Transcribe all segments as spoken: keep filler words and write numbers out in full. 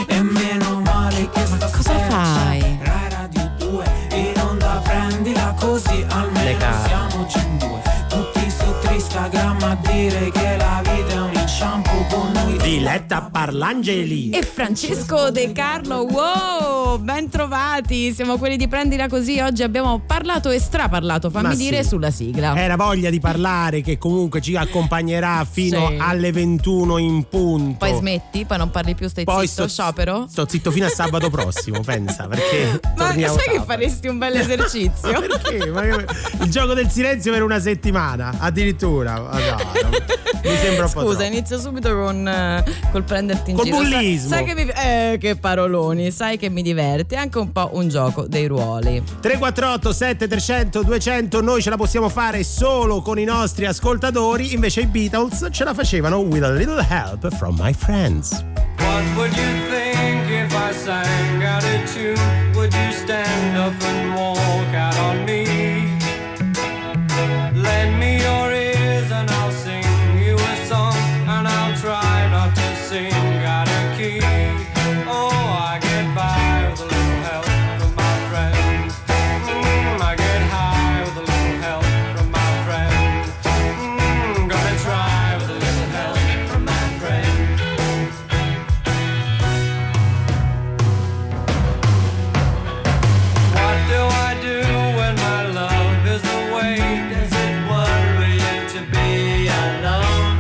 E meno male che ma cosa fai? Rai Radio due in onda, prendila così almeno siamo già in due. Tutti su Instagram a dire che la vita è un inciampo con noi. Diletta Parlangeli e Francesco De Carlo. Wow, ben trovati, siamo quelli di Prendila Così. Oggi abbiamo parlato e straparlato, fammi Ma dire, sì. sulla sigla. Era voglia di parlare che comunque ci accompagnerà fino Sì. alle ventuno in punto. Poi smetti, poi non parli più, stai Poi zitto, sto, sciopero. sto zitto fino a sabato prossimo, pensa, perché Ma torniamo sai che sabato. faresti un bel esercizio? Ma perché? Ma che- il gioco del silenzio per una settimana, addirittura. Ma no, no, mi sembra un po' Scusa, troppo. inizio subito con eh, col prenderti in Col giro. bullismo. Sai, sai che mi eh, che paroloni, sai che mi diverte, è anche un po' un gioco dei ruoli. tre quattro otto sette tre zero zero due zero zero, noi ce la possiamo fare solo con i nostri ascoltatori, invece i Beatles ce la facevano with a little help from my friends. What would you think if I sang out of tune? Would you stand up and walk out on me? Lend me your ears and I'll sing you a song, and I'll try not to sing out of key. Oh, I get by with a little help from my friends. Mm, I get high with a little help from my friends. Mm, gonna try with a little help from my friends. What do I do when my love is away? Does it worry you to be alone?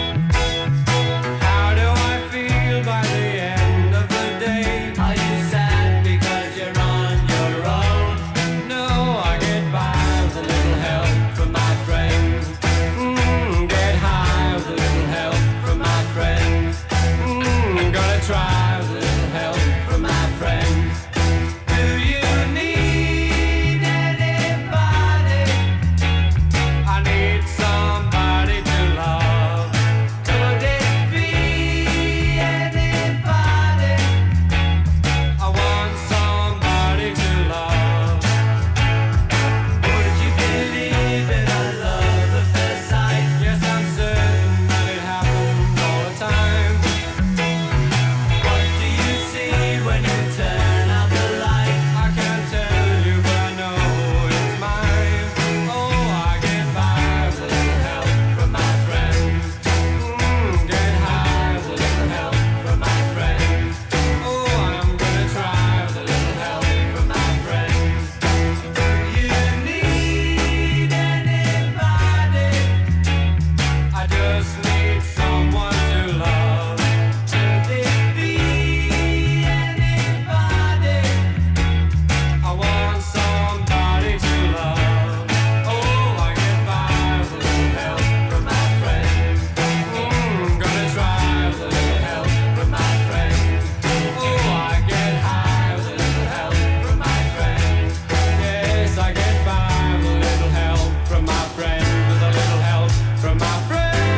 How do I feel by the end of the day? Are you sad because you're on your own? No, I get by with a little help from my friends. Mm, get high with a little help from my friends. Mm, gonna try with a little help from my friends. Do you need anybody? I need somebody to love. Could it be anybody? I want somebody to love. Would you believe it? I love at first sight. Yes, I'm certain that it happens all the time. What do you see when you turn out the light? I can't tell you, but I know it's mine. Oh, I get by with a little help from my friends. Mm, get high with a little help from my friends. Oh, I'm gonna try with a little help from my friends. Do you need anybody? I just need someone to love. Could it be anybody? I want somebody to love. Oh, I get by with a little help from my friends. Mm, gonna try with a little help from my friends. Oh, I get high with a little help from my friends. Yes, I get by with a little help from my friends. With a little help from my friends.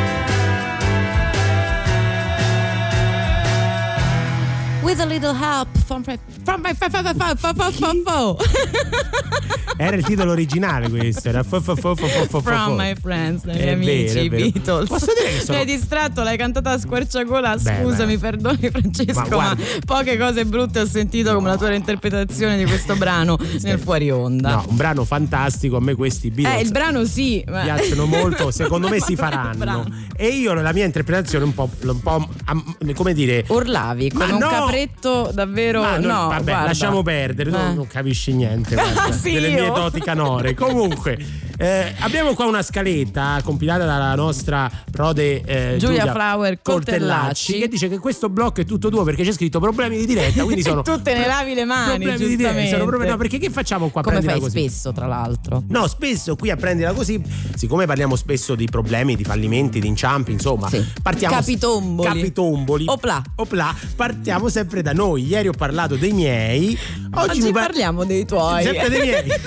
With a little help from my from my from my from my from my Era il titolo originale questo, era fo, fo, fo, fo, fo, fo, From fo. My Friends, dai È miei vero, amici, è i vero. Beatles. Posso dire che sono- Mi hai distratto, l'hai cantata a squarciagola. Beh, Scusami, beh. perdoni Francesco, Ma ma, guarda- poche cose brutte ho sentito come la tua interpretazione di questo brano nel fuori onda. No, un brano fantastico, a me questi Beatles Eh, il brano sì, ma... piacciono molto, secondo me si Ma non è il faranno. brano. E io nella mia interpretazione un po', un po' am- come dire, Urlavi con Ma un no! capretto davvero. ma non- no, vabbè, guarda. lasciamo perdere, tu Eh. non capisci niente guarda, Sì, delle io. mie doti canore. Comunque, eh, abbiamo qua una scaletta compilata dalla nostra prode eh, Giulia Giulia Flower Coltellacci, che dice che questo blocco è tutto tuo perché c'è scritto problemi di diretta, quindi sono tu te ne lavi le mani, problemi di diretta, giustamente. sono problemi, no, perché che facciamo qua a Come prendila fai così? spesso, tra l'altro. No, spesso qui a Prendila Così, siccome parliamo spesso di problemi, di fallimenti, di inciampi, insomma, Sì. partiamo Capitomboli. Capitomboli. Opla. Opla, partiamo sempre da noi. Ieri ho parlato dei miei, oggi, Oggi mi par- parliamo dei tuoi. sempre dei miei.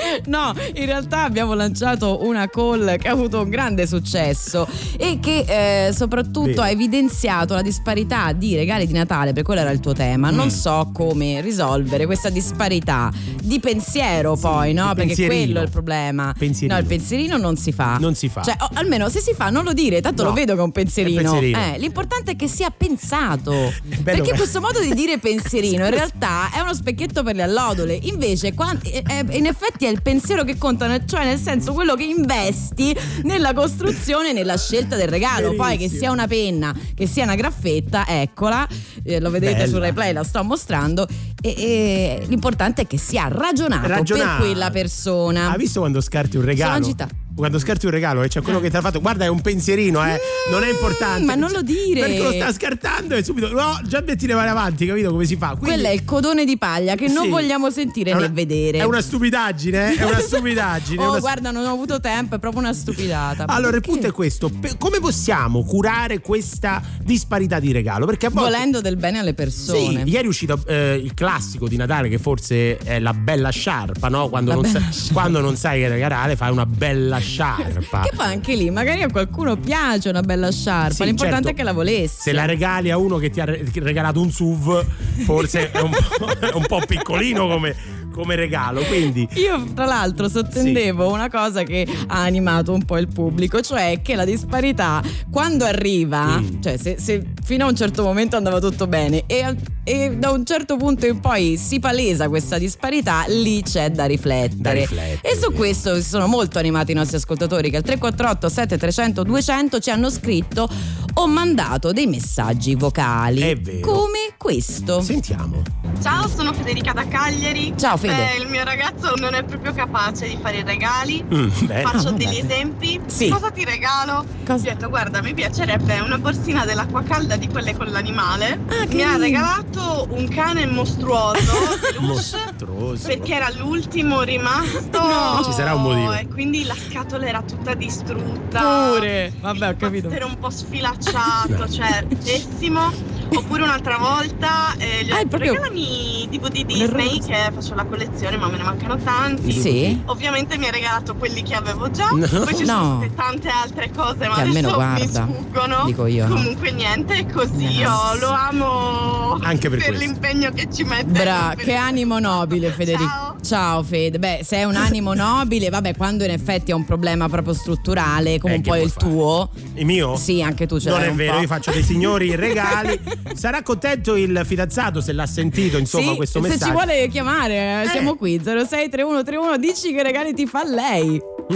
No, in realtà abbiamo lanciato una call che ha avuto un grande successo e che eh, soprattutto Vero. ha evidenziato la disparità di regali di Natale, per quello era il tuo tema. Mm. Non so come risolvere questa disparità di pensiero, Sì, poi, no? di Perché pensierino. quello è il problema. Pensierino. No, il pensierino non si fa. Non si fa. Cioè, o, almeno se si fa non lo dire, tanto No, lo vedo che è un pensierino. è pensierino. Eh, l'importante è che sia pensato. bello Perché che- questo modo di dire pensierino in realtà è uno specchietto per le allodole. Invece qua- eh, eh, in effetti è il pensiero che conta, cioè nel senso quello che investi nella costruzione, nella scelta del regalo. Poi che Verissimo. sia una penna, che sia una graffetta, eccola, eh, lo vedete Bella. sul replay, la sto mostrando. E, e l'importante è che sia ragionato, Ragionato. per quella persona. Hai visto quando scarti un regalo? Sono agitata. Quando scarti un regalo e c'è quello che ti ha fatto, guarda, è un pensierino, eh. Non è importante. ma non lo dire. Perché lo sta scartando e subito, no, già metti le mani avanti, capito come si fa? Quindi, Quello è il codone di paglia che non Sì. vogliamo sentire È una- né vedere. È una stupidaggine, eh? È una stupidaggine. è Oh, una- guarda, non ho avuto tempo, è proprio una stupidata. Ma Allora, il perché? punto è questo: Pe- come possiamo curare questa disparità di regalo? Perché a volte. Volendo del bene alle persone. Sì, ieri è uscito eh, il classico di Natale che forse è la bella sciarpa, no? Quando, La non, bella sai, sciarpa. quando non sai che regalare fai una bella sciarpa. Che poi anche lì magari a qualcuno piace una bella sciarpa, Sì, l'importante certo. è che la volessi. Se la regali a uno che ti ha re- regalato un S U V, forse è un po', è un po' piccolino come, come regalo. Quindi Io tra l'altro sottendevo una cosa che ha animato un po' il pubblico, cioè che la disparità quando arriva, Mm. cioè se, se fino a un certo momento andava tutto bene e, e da un certo punto in poi si palesa questa disparità, lì c'è da riflettere. Da riflettere, E su vero. questo si sono molto animati i nostri ascoltatori che al tre quattro otto sette tre zero zero due zero zero ci hanno scritto o mandato dei messaggi vocali. È vero. Come questo. sentiamo. Ciao, sono Federica da Cagliari. Ciao, Fede. Eh, il mio ragazzo non è proprio capace di fare i regali. Mm, beh. Faccio Ah, degli vabbè. esempi. Sì. Cosa ti regalo? Cosa? Gli ho detto, guarda, mi piacerebbe una borsina dell'acqua calda di quelle con l'animale. Ah, che mi ha carino. regalato un cane mostruoso peluche, Mostruoso. perché era l'ultimo rimasto. No. Ci sarà un motivo. E quindi la scatola era tutta distrutta. Pure. Vabbè, ho Il capito. poster un po' sfilacciato, cioè pessimo. Oppure un'altra volta eh, gli ho Ah, è detto, proprio- regalami D V D Le Disney rose. che faccio la collezione ma me ne mancano tanti. Sì. Ovviamente mi ha regalato quelli che avevo già, No. poi ci No. sono state tante altre cose ma Che almeno adesso guarda, mi sfuggono. dico io, no? Comunque niente, è così, No. io lo amo Anche per questo. l'impegno che ci mette. Bra, per- che animo nobile, Federico. Ciao. Ciao Fede. Beh, se è un animo nobile, vabbè, quando in effetti è un problema proprio strutturale, come Eh, un che po' vuoi il fare? tuo. Il mio? Sì, anche tu ce Non l'hai è un vero, po'. io faccio dei signori regali. Sarà contento il fidanzato se l'ha sentito, insomma, Sì, questo se messaggio. ci vuole chiamare, eh, Eh. siamo qui zero sei tre uno tre uno, dici che regali ti fa lei.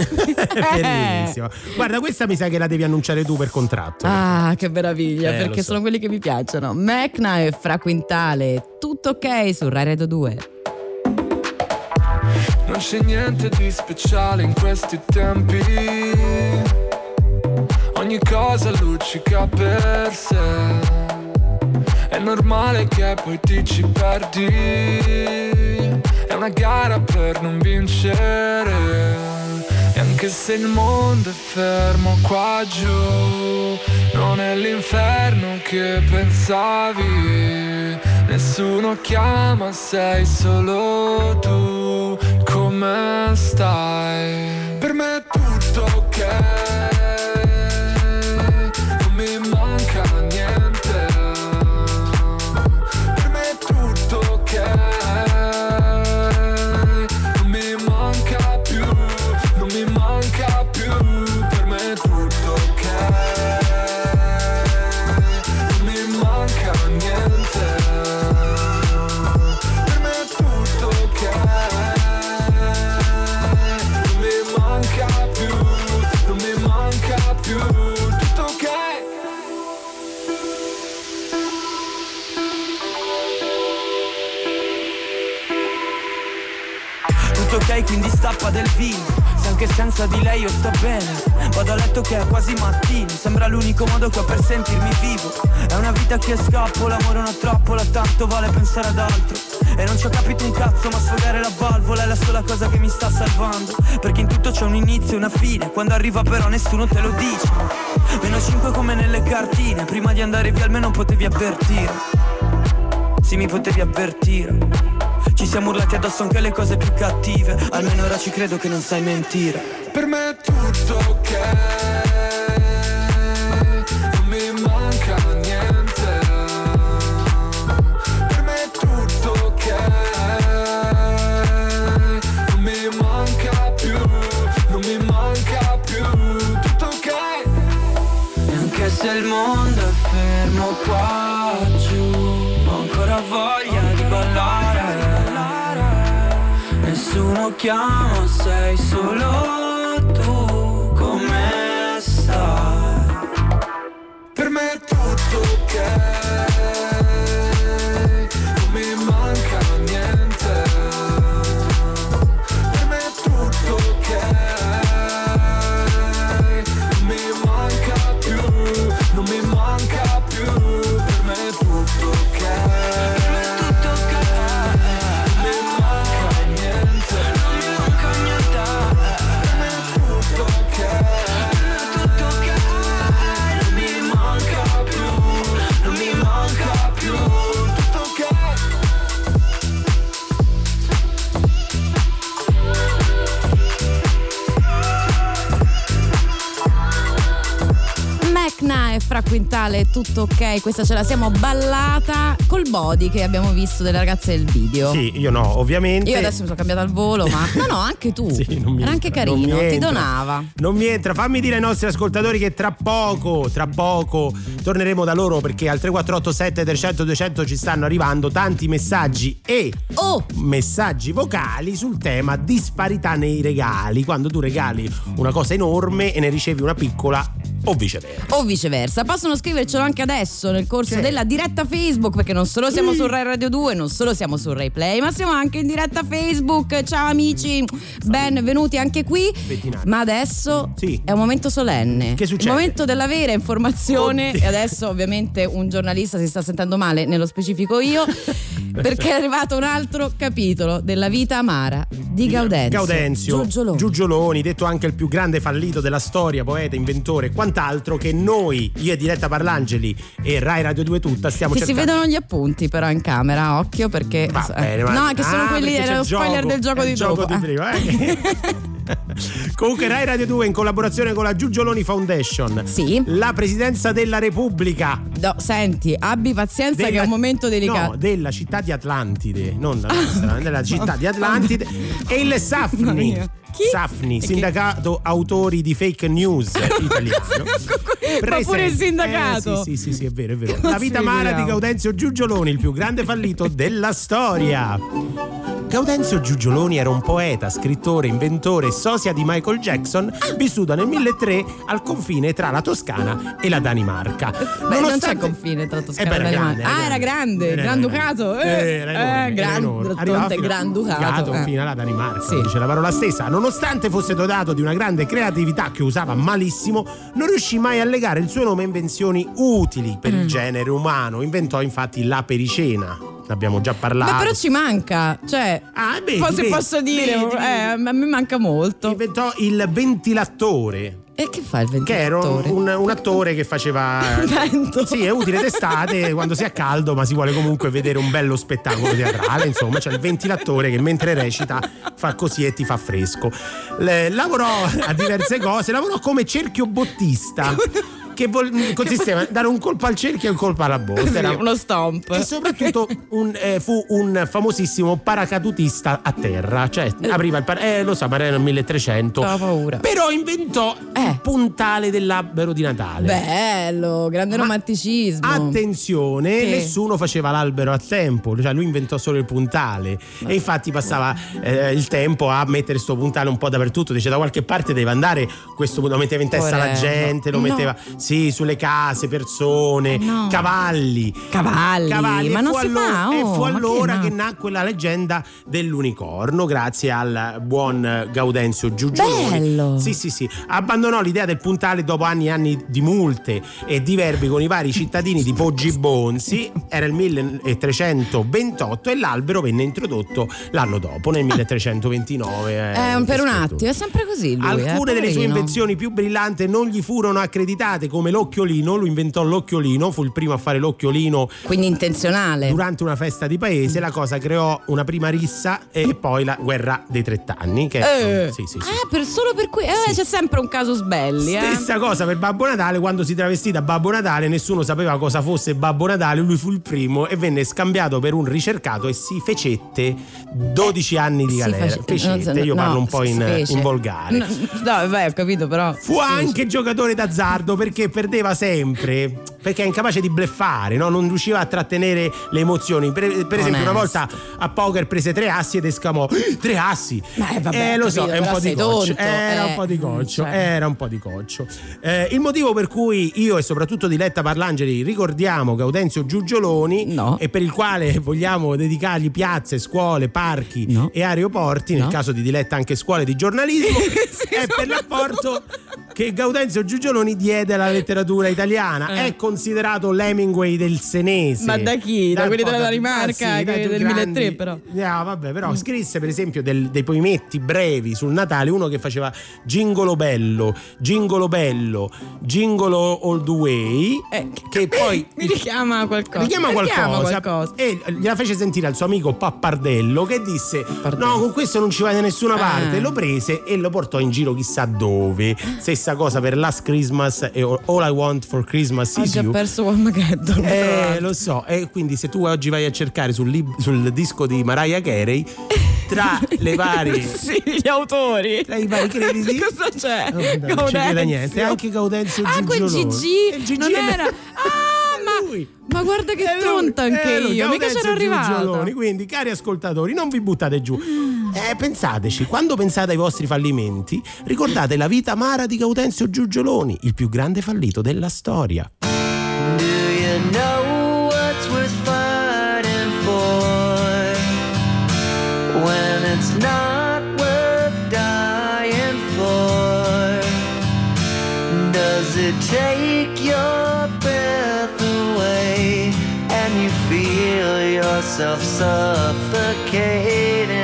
È bellissimo. Guarda, questa mi sa che la devi annunciare tu per contratto. Ah, che meraviglia, Eh, lo perché so. sono quelli che mi piacciono. Mecna e Fra Quintale, tutto ok su Rai Radio due. Non c'è niente di speciale in questi tempi. Ogni cosa luccica per sé. È normale che poi ti ci perdi. È una gara per non vincere. E anche se il mondo è fermo qua giù, non è l'inferno che pensavi. Nessuno chiama, sei solo tu. Come stai? Per me è tutto ok. Non mi manca niente. Per me è tutto ok. Non mi manca più. Non mi manca più. Per me è tutto ok. Non mi manca niente. Per me è tutto ok. Non mi manca più. Non mi manca più. Tutto ok. Tutto ok, quindi stappa del vino. Se anche senza di lei io sto bene. Vado a letto che è quasi mattino. Sembra l'unico modo che ho per sentirmi vivo. È una vita che scappo, l'amore una trappola. Tanto vale pensare ad altro. E non ci ho capito un cazzo, ma sfogare la valvola è la sola cosa che mi sta salvando. Perché in tutto c'è un inizio e una fine. Quando arriva però nessuno te lo dice. Meno cinque come nelle cartine. Prima di andare via almeno potevi avvertire. Sì, mi potevi avvertire. Ci siamo urlati addosso anche le cose più cattive. Almeno ora ci credo che non sai mentire. Per me è tutto ok, non mi manca niente. Per me è tutto ok, non mi manca più, non mi manca più. Tutto ok. E anche se il mondo è fermo qua giù, ho ancora voglia di ballare. Nessuno chiama, sei solo tu, come stai? Per me è tutto ok, non mi manca niente. Per me è tutto ok, non mi manca più, non mi manca più. Per me è tutto ok, per me è tutto ok, non mi manca niente, non mi manca niente. Per me è tutto ok, per me è tutto ok, non mi manca più, non mi manca più. Tutto ok. Mecna e Fra Quintale, tutto ok. Questa ce la siamo ballata col body che abbiamo visto delle ragazze del video. Sì, io no, ovviamente. Io adesso mi sono cambiata al volo, ma no, no, anche tu. Sì, non mi Era anche entra, non carino, mi ti entra. donava. Non mi entra. Fammi dire ai nostri ascoltatori che tra poco, tra poco torneremo da loro, perché al tre quattro otto sette trecento duecento ci stanno arrivando tanti messaggi e Oh, messaggi vocali sul tema disparità nei regali, quando tu regali una cosa enorme e ne ricevi una piccola o viceversa. o viceversa. Possono scrivercelo anche adesso nel corso Sì. della diretta Facebook, perché non solo siamo Sì. su Rai Radio due, non solo siamo su Rai Play, ma siamo anche in diretta Facebook. Ciao amici, benvenuti anche qui. Pettinati. Ma adesso Sì. è un momento solenne. Che succede? Il momento della vera informazione. Oddio. E adesso ovviamente un giornalista si sta sentendo male, nello specifico io, perché è arrivato un altro capitolo della vita amara di Gaudenzio. Gaudenzio Giugioloni. Giugioloni, detto anche il più grande fallito della storia, poeta, inventore e quant'altro, che noi, io e Diletta Parlangeli e Rai Radio due tutta, stiamo Ti si cercando. vedono gli appunti però in camera, occhio perché Va bene, ma- no, che sono ah, quelli, perché c'è era lo il spoiler gioco, del gioco è di il gioco dopo. di prima, eh. Comunque Rai Radio due in collaborazione con la Giugioloni Foundation, Sì. la Presidenza della Repubblica No, senti, abbi pazienza che della- è un momento delicato. no, della città di Atlantide, non della nostra, della città di Atlantide, e il Mamma Safni mia. Chi? Safni, E chi? sindacato autori di fake news italiano. Ma pure il Presente- sindacato. Eh, sì, sì, sì, sì, è vero, è vero. Non La vita ci amara di crediamo. Gaudenzio Giugioloni, il più grande fallito della storia. Gaudenzio Giugioloni era un poeta, scrittore, inventore e sosia di Michael Jackson, vissuto nel milletrecento al confine tra la Toscana e la Danimarca. Beh, non c'è confine tra Toscana Eh beh, e era Danimarca. grande, Ah, era grande, Era Granducato. Eh, Eh, era enorme, eh, gran- era enorme. d'altronde Arrivava fino a- Granducato, Gato, eh. fino alla Danimarca, Sì. dice la parola stessa. Nonostante fosse dotato di una grande creatività che usava malissimo, non riuscì mai a legare il suo nome a invenzioni utili per Mm. il genere umano. Inventò infatti la pericena. Ne abbiamo già parlato. Beh, però ci manca, cioè, Ah, vedi, poi se vedi, posso dire, vedi, vedi. eh, a me manca molto. Inventò il ventilatore. E che fa il Che era ventilatore? un, un attore che faceva. Vento. Sì, è utile d'estate quando si ha caldo, ma si vuole comunque vedere un bello spettacolo teatrale. Insomma, c'è il ventilatore che mentre recita fa così e ti fa fresco. Le- lavorò a diverse cose, lavorò come cerchiobottista. Che vol- consisteva in dare un colpo al cerchio e un colpo alla botta. Sì, Era- uno stomp. E soprattutto un, eh, fu un famosissimo paracadutista a terra, cioè apriva il par- eh, lo so, ma era nel milletrecento. Ho paura. Però inventò Eh. il puntale dell'albero di Natale. Bello, grande Ma romanticismo. Attenzione, Che? nessuno faceva l'albero a tempo, cioè lui inventò solo il puntale e infatti passava eh, il tempo a mettere sto puntale un po' dappertutto, dice da qualche parte deve andare questo, lo metteva in testa alla Porello. gente, lo No. metteva sì, sulle case, persone, No. cavalli. Cavalli, ma e non fu si allora, fa, oh, e fu ma allora che che, no? nacque la leggenda dell'unicorno, grazie al buon Gaudenzio Giugioloni. Bello. Sì, sì, sì. Abbandonò l'idea del puntale dopo anni e anni di multe e diverbi con i vari cittadini di Poggi Bonzi. Era il milletrecentoventotto e l'albero venne introdotto l'anno dopo, nel milletrecentoventinove. Eh, per un che attimo, è sempre così lui. Alcune eh, delle sue poverino. invenzioni più brillanti non gli furono accreditate, come l'occhiolino, lui inventò l'occhiolino, fu il primo a fare l'occhiolino. Quindi intenzionale. Durante una festa di paese, la cosa creò una prima rissa e poi la guerra dei trent'anni. Che Eh. sì, sì, sì. Ah, per solo per cui eh, c'è sempre un caso sbelli. Eh. Stessa cosa per Babbo Natale, quando si travestì da Babbo Natale nessuno sapeva cosa fosse Babbo Natale, lui fu il primo e venne scambiato per un ricercato e si fecette dodici anni di Si galera. face- Fecette, no, io no, parlo un po' si in, fece. in volgare. No, no, vai, ho capito, però. Fu si anche giocatore d'azzardo perché perdeva sempre, perché è incapace di bleffare, no? Non riusciva a trattenere le emozioni. Per, per esempio, una Onesto. volta a poker prese tre assi ed esclamò: tre assi! Eh, vabbè, eh, lo so, capito, è un però po' di sei coccio. tonto, Era eh. un po' di coccio, Cioè. era un po' di coccio. Eh, il motivo per cui io e soprattutto Diletta Parlangeli ricordiamo Gaudenzio Giugioloni No. e per il quale vogliamo dedicargli piazze, scuole, parchi No. e aeroporti, nel No. caso di Diletta anche scuole di giornalismo, è per l'apporto che Gaudenzio Giugioloni diede alla letteratura italiana. Eh. È considerato l'Hemingway del senese. Ma da chi? Da Dal quelli po- della da- Danimarca, ah, sì, che dai, del più milletre, grandi. però. No, vabbè, però scrisse per esempio del- dei poemetti brevi sul Natale, uno che faceva Gingolo bello, Gingolo bello, Gingolo all the way, Eh, che poi mi richiama qualcosa. richiama qualcosa, qualcosa. e gliela fece sentire al suo amico Pappardello, che disse: Pappardello. no, con questo non ci vai da nessuna parte. Ah. Lo prese e lo portò in giro chissà dove. Stessa cosa per Last Christmas e All I Want for Christmas Ho is già You. perso Armageddon. tra Eh, l'altro. lo so, e quindi se tu oggi vai a cercare sul, lib- sul disco di Mariah Carey, tra le varie Sì, gli autori. tra i vari crediti Cosa c'è? Oh, no, non c'è da niente, anche Gaudenzio Ah, quel Giugioloni. Gigi. E il Gigi Non è- era. Ah, ma, lui. ma guarda che È lui, tonta anche è lui, io. Mica Gaudenzio c'ero arrivata. Giugioloni. Quindi, cari ascoltatori, non vi buttate giù. Eh, pensateci, quando pensate ai vostri fallimenti, ricordate la vita amara di Gaudenzio Giugioloni, il più grande fallito della storia. Do you know what's worth fighting for when it's not worth dying for? Does it take your breath away and you feel yourself suffocating?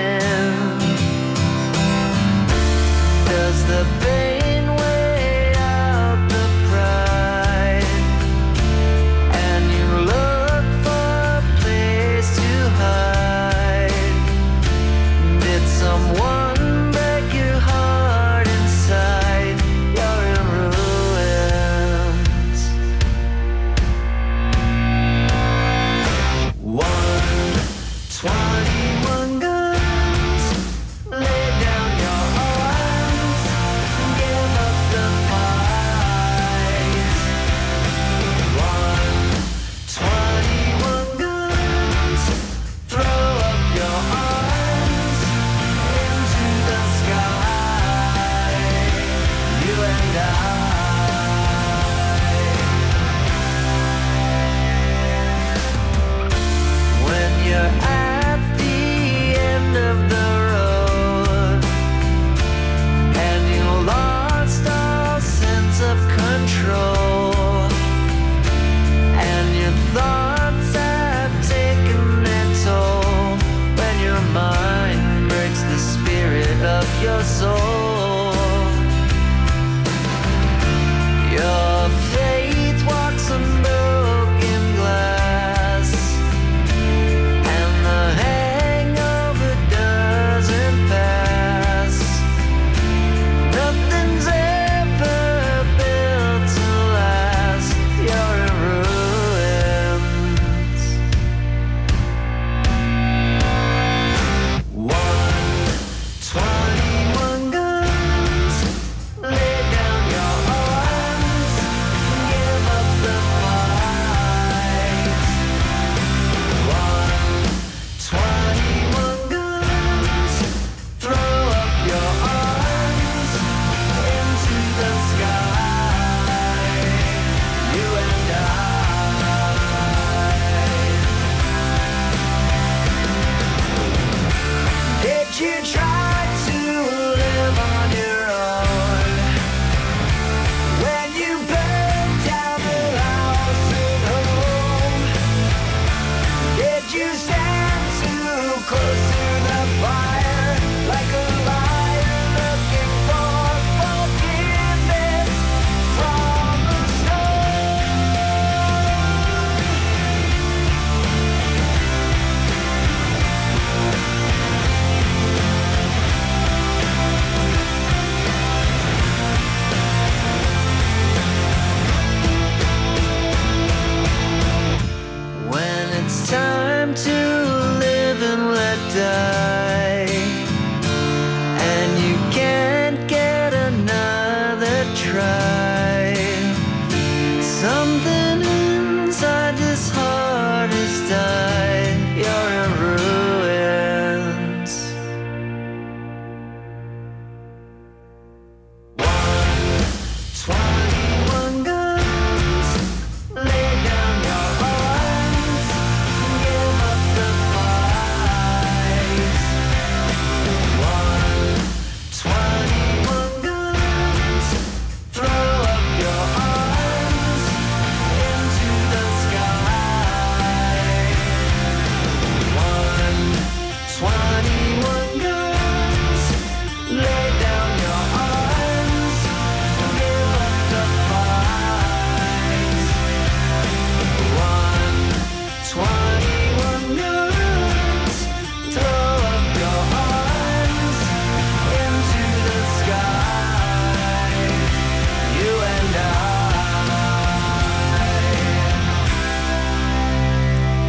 Does the pain weigh out the pride and you look for a place to hide? Did someone break your heart inside? You're in ruins. One twenty-one gun.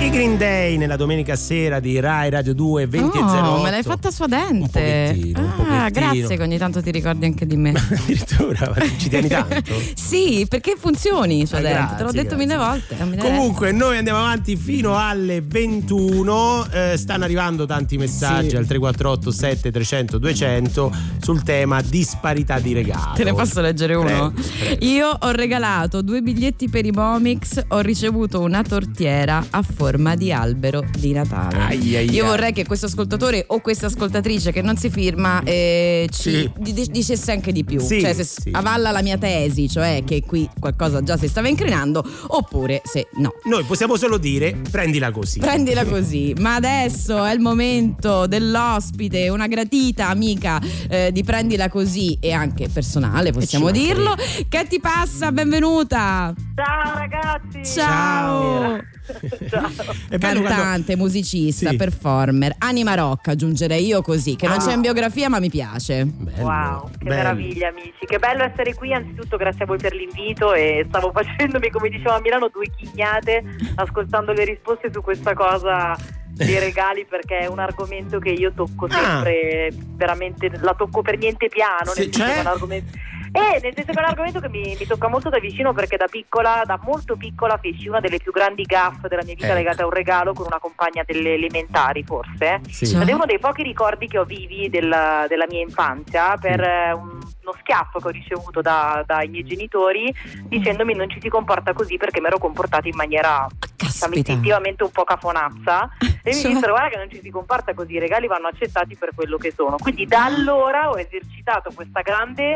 I Green Day nella domenica sera di Rai Radio due venti e zero otto. Oh, me l'hai fatta suadente. Un pochettino, un ah, pochettino. grazie che ogni tanto ti ricordi anche di me. Addirittura, ci tieni tanto? Sì, perché funzioni suadente, grazie, te l'ho detto grazie. mille volte. non mi deve Comunque noi andiamo avanti fino alle ventuno, eh, stanno arrivando tanti messaggi Sì. al tre quattro otto sette trecento duecento sul tema disparità di regalo. Te ne posso leggere uno? Prego, prego. Io ho regalato due biglietti per i Momix, ho ricevuto una tortiera a forma di albero di Natale. Ai, ai, Io ai. vorrei che questo ascoltatore o questa ascoltatrice che non si firma eh, ci Sì. di- dicesse anche di più. Sì, cioè se sì. avalla la mia tesi, cioè che qui qualcosa già si stava incrinando, oppure se no. Noi possiamo solo dire prendila così. Prendila così, ma adesso è il momento dell'ospite, una gratita amica eh, di Prendila Così e anche personale, possiamo ci dirlo. Che ti passa? Benvenuta! Ciao ragazzi. Ciao! Ciao. È bello Cantante, musicista, Sì. performer, anima rock, aggiungerei io così, che non Ah. c'è in biografia ma mi piace. Bello, Wow, che bello. meraviglia amici, che bello essere qui, anzitutto grazie a voi per l'invito e stavo facendomi, come dicevo a Milano, due chignate ascoltando le risposte su questa cosa dei regali, perché è un argomento che io tocco sempre, veramente la tocco per niente piano, Sì, nel senso cioè? che è un argomento... Eh, nel senso che è un argomento che mi, mi tocca molto da vicino, perché da piccola, da molto piccola, feci una delle più grandi gaffe della mia vita Ecco. legata a un regalo con una compagna delle elementari, forse. Sì. Cioè? Ed è uno dei pochi ricordi che ho vivi della, della mia infanzia per eh, un- uno schiaffo che ho ricevuto da- dai miei genitori dicendomi non ci si comporta così, perché mi ero comportata in maniera diciamo, Caspita. istintivamente un po' cafonazza e Cioè? mi dissero guarda che non ci si comporta così, i regali vanno accettati per quello che sono. Quindi da allora ho esercitato questa grande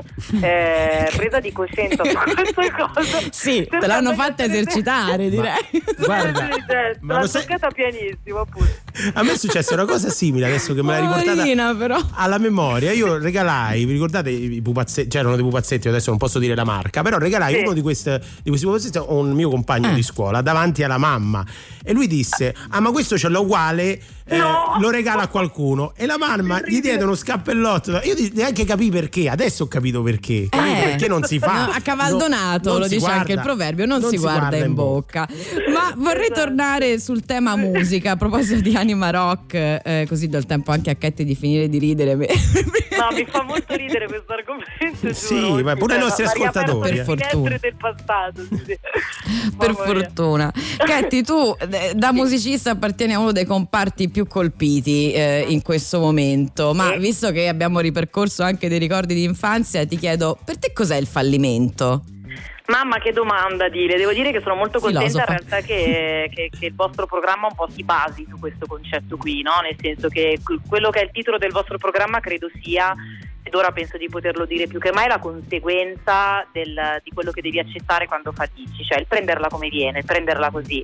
eh, presa di coscienza su queste cose. Sì, te Cercando l'hanno di fatta essere- esercitare, direi. Guarda, Sì, certo, ma l'ho lo sai- toccata pianissimo, appunto. A me è successa una cosa simile adesso che me l'hai riportata Poverina, però. alla memoria. Io regalai, vi ricordate i pupazzetti? C'erano dei pupazzetti, adesso non posso dire la marca, però regalai Sì. uno di, queste, di questi pupazzetti a un mio compagno Eh. di scuola davanti alla mamma e lui disse ah ma questo ce l'ho uguale, eh, No! lo regala a qualcuno, e la mamma gli diede uno scappellotto. Io di- neanche capii perché, adesso ho capito perché. Capito Eh. perché non si fa. No, a cavaldonato, No, non lo si dice guarda- anche il proverbio, non, si, guarda, in bocca. Ma vorrei Esatto. tornare sul tema musica, a proposito di anima rock, eh, così do il tempo anche a Katie di finire di ridere. No, mi fa molto ridere questo argomento. Sì, giuro, ma pure i nostri mi ha riaperto ascoltatori, le eh. finestre Per fortuna. del passato. sì, sì. Per Mamma mia. fortuna. Katie, tu eh, da musicista appartieni a uno dei comparti più colpiti eh, in questo momento, ma Sì. visto che abbiamo ripercorso anche dei ricordi di infanzia, ti chiedo, per te cos'è il fallimento? Mamma, che domanda, Dile. Devo dire che sono molto contenta Filosofa. in realtà che, che- che il vostro programma un po' si basi su questo concetto qui, no? Nel senso che que- quello che è il titolo del vostro programma credo sia, ed ora penso di poterlo dire più che mai, la conseguenza del- di quello che devi accettare quando fatici, cioè il prenderla come viene, il prenderla così.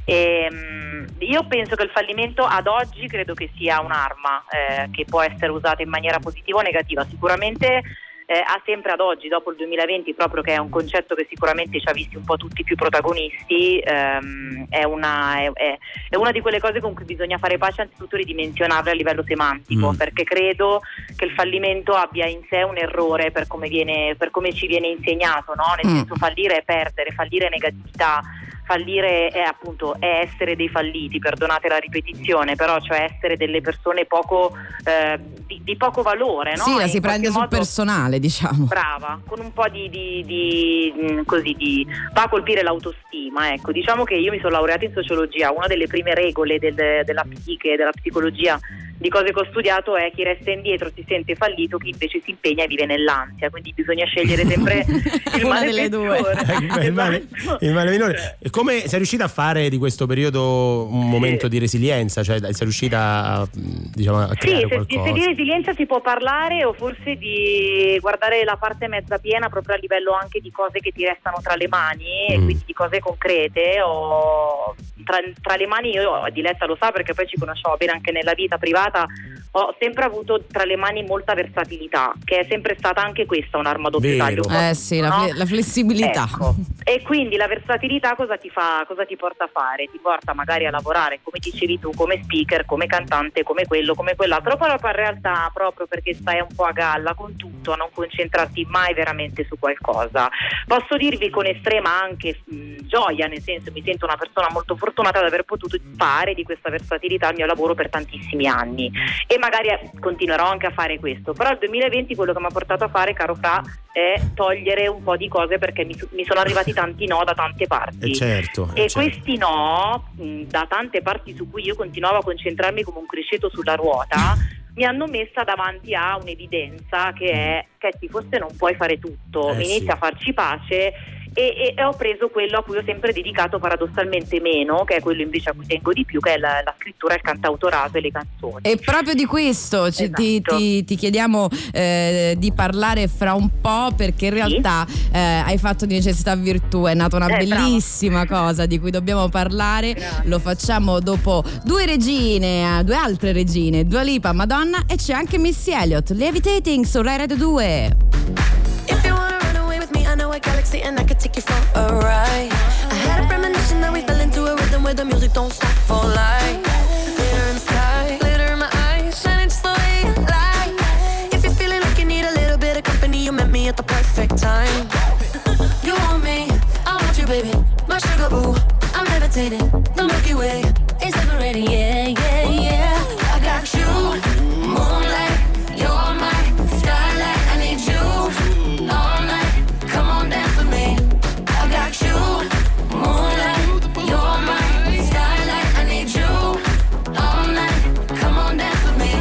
Ehm, io penso che il fallimento ad oggi credo che sia un'arma eh, che può essere usata in maniera positiva o negativa. Sicuramente eh, ha sempre ad oggi, dopo il duemilaventi, proprio che è un concetto che sicuramente ci ha visti un po' tutti più protagonisti, ehm, è, una, è, è- è una di quelle cose con cui bisogna fare pace, anzitutto ridimensionarle a livello semantico, Mm. perché credo che il fallimento abbia in sé un errore per come, viene, per come ci viene insegnato, no? Nel Mm. senso, fallire è perdere, fallire è negatività. Fallire è appunto è essere dei falliti, perdonate la ripetizione, però cioè essere delle persone poco eh, di, di poco valore, no? Sì, la E si in prende qualche sul modo- personale, diciamo. Brava, con un po' di, di, di mh, così di va a colpire l'autostima, ecco. Diciamo che io mi sono laureata in sociologia, una delle prime regole del- della psiche, della psicologia, di cose che ho studiato è chi resta indietro si sente fallito, chi invece si impegna e vive nell'ansia, quindi bisogna scegliere sempre il Una male delle due. peggiore. il, male, Esatto. il male minore. E come sei riuscita a fare di questo periodo un momento di resilienza? Cioè sei riuscita a, diciamo, a Sì, creare se, qualcosa? se di resilienza si può parlare, o forse di guardare la parte mezza piena, proprio a livello anche di cose che ti restano tra le mani, e Mm. quindi di cose concrete. O tra, tra le mani, io, Diletta lo sa perché poi ci conosciamo bene anche nella vita privata, ho sempre avuto tra le mani molta versatilità, che è sempre stata anche questa un'arma a doppio Vero. taglio. Eh sì, la, no? fle- la flessibilità. Ecco. E quindi la versatilità cosa ti fa, cosa ti porta a fare? Ti porta magari a lavorare, come dicevi tu, come speaker, come cantante, come quello, come quell'altro, però poi in realtà proprio perché stai un po' a galla con tutto, a non concentrarti mai veramente su qualcosa. Posso dirvi con estrema anche mh, gioia, nel senso mi sento una persona molto molto fortunata ad aver potuto fare di questa versatilità il mio lavoro per tantissimi anni e magari eh, continuerò anche a fare questo, però il duemilaventi quello che mi ha portato a fare, caro Fra, è togliere un po' di cose perché mi, mi sono arrivati tanti no da tante parti eh certo, eh e certo. questi no mh, da tante parti su cui io continuavo a concentrarmi come un criceto sulla ruota mi hanno messa davanti a un'evidenza che è che forse non puoi fare tutto, Eh, inizia sì. a farci pace e, e, e ho preso quello a cui ho sempre dedicato paradossalmente meno, che è quello invece a cui tengo di più, che è la, la scrittura, il cantautorato e le canzoni. E proprio di questo ci- ti, Esatto. ti- ti chiediamo eh, di parlare fra un po', perché in realtà eh, hai fatto di necessità virtù, è nata una Eh, bellissima cosa di cui dobbiamo parlare. Grazie. Lo facciamo dopo due regine, eh, due altre regine, Dua Lipa, Madonna, e c'è anche Missy Elliott, Levitating su Rai Radio due. If you wanna run away with me, I know a galaxy and I could take you for a ride. I had a premonition that we fell into a rhythm where the music don't stop for life. Glitter in the sky, glitter in my eyes, shining just the way you like. If you're feeling like you need a little bit of company, you met me at the perfect time. You want me, I want you, baby. My sugar, ooh, I'm levitating. The Milky Way is liberating, yeah, yeah, yeah. I got you, moonlight, you're my starlight. I need you all night. Come on, dance with me. I got you, moonlight, you're my starlight. I need you all night. Come on, dance with me.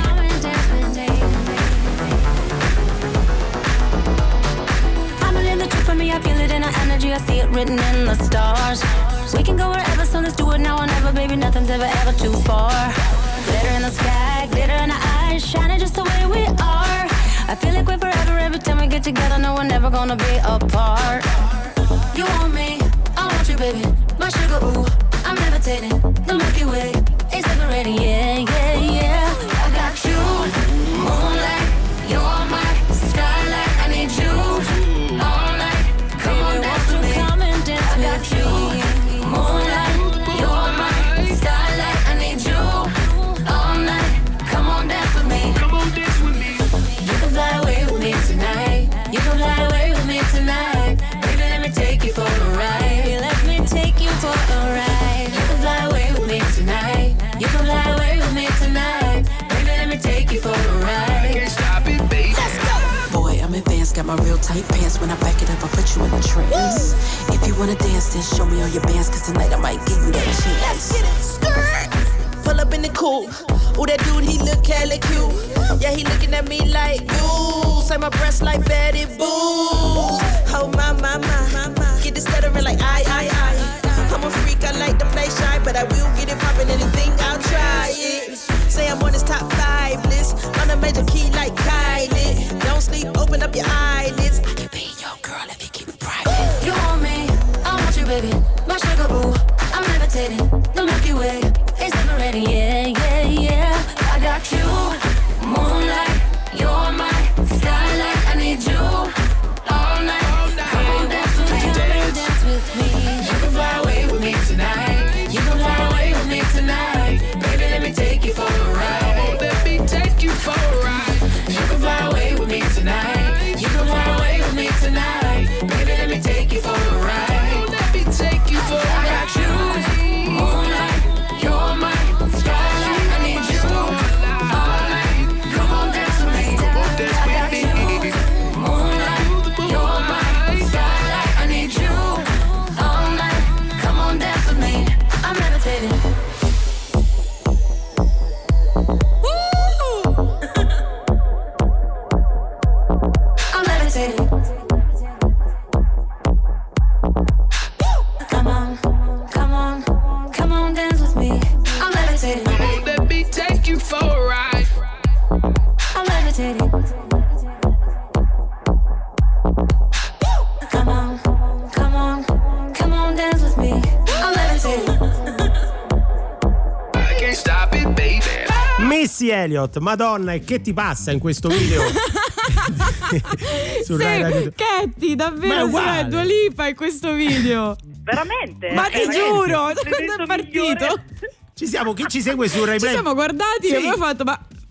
I'm in the truth for me. I feel it in our energy. I see it written in the stars. We can go wherever, so let's do it now or never, baby. Nothing's ever, ever too far. Glitter in the sky, glitter in our eyes, shining just the way we are. I feel like we're forever every time we get together. No, we're never gonna be apart. You want me, I want you, baby. My sugar, ooh, I'm levitating. The Milky Way is liberating, yeah, yeah, yeah. I got you, moonlight, you're my starlight. I need you all night. Come on, dance with me. Come and dance I got you, moonlight, you're my starlight. I need you all night. Come on, dance with me. Come on, dance with me. You can fly away with me tonight. You can fly away with me tonight. Baby, let me take you for a ride. Let me take you for a ride. You can fly away with me tonight. You can fly away with me tonight. Baby, let me take you for a ride. Can't stop it, baby. Let's go. Boy, I'm advanced, got my real tight pants. When I back it up, I put you in a trance. If you wanna dance, then show me all your bands, cause tonight I might give you that chance. Let's get it. Skirt. Pull up in the coupe. Ooh, that dude, he look hella cute. Yeah, he looking at me like you. Say my breasts like Betty Boo. Oh my, my, my, my. Get this stuttering like I, I, I. I'm a freak, I like to play shy, but I will get it poppin', anything, I'll try it. Say I'm on this top five list, on a major key like Kylie. Don't sleep, open up your eyelids. I can be your girl if you keep it private. You want me, I want you, baby. My sugar, ooh, I'm levitating. The Milky Way is liberating, yeah, yeah, yeah. I got you, moonlight, you're my starlight. I need you all night. Come on, dance with me. Come on, dance with me. You can fly away with me tonight. You can fly away with me tonight. Baby, let me take you for a ride. Let me take you for a ride. You can fly away with me tonight. You can fly away with me tonight. Baby, let me take you for a ride. Let me take you for a ride. I got you, moonlight, you're my starlight. I need you all night. Come on, dance with me. I got you, moonlight, you're my starlight. I need you all night. Come on, dance with me. I'm levitating. I'm levitating. Come on, come on, come on, dance with me. I'm levitating. Let me take you for a ride. I'm levitating. Come on, come on, come on, dance with me. I'm levitating. I can't stop it, baby. Missy Elliott, Madonna, e che ti passa in questo video? Su Rai Radio due. Katy, Ma davvero, è uguale. sì, Dua Lipa in questo video. Veramente? Ma ti Eh, giuro, da il quando è senso partito? migliore. Ci siamo, chi ci segue su Rai Ci Play? siamo guardati Sì. e abbiamo fatto, ma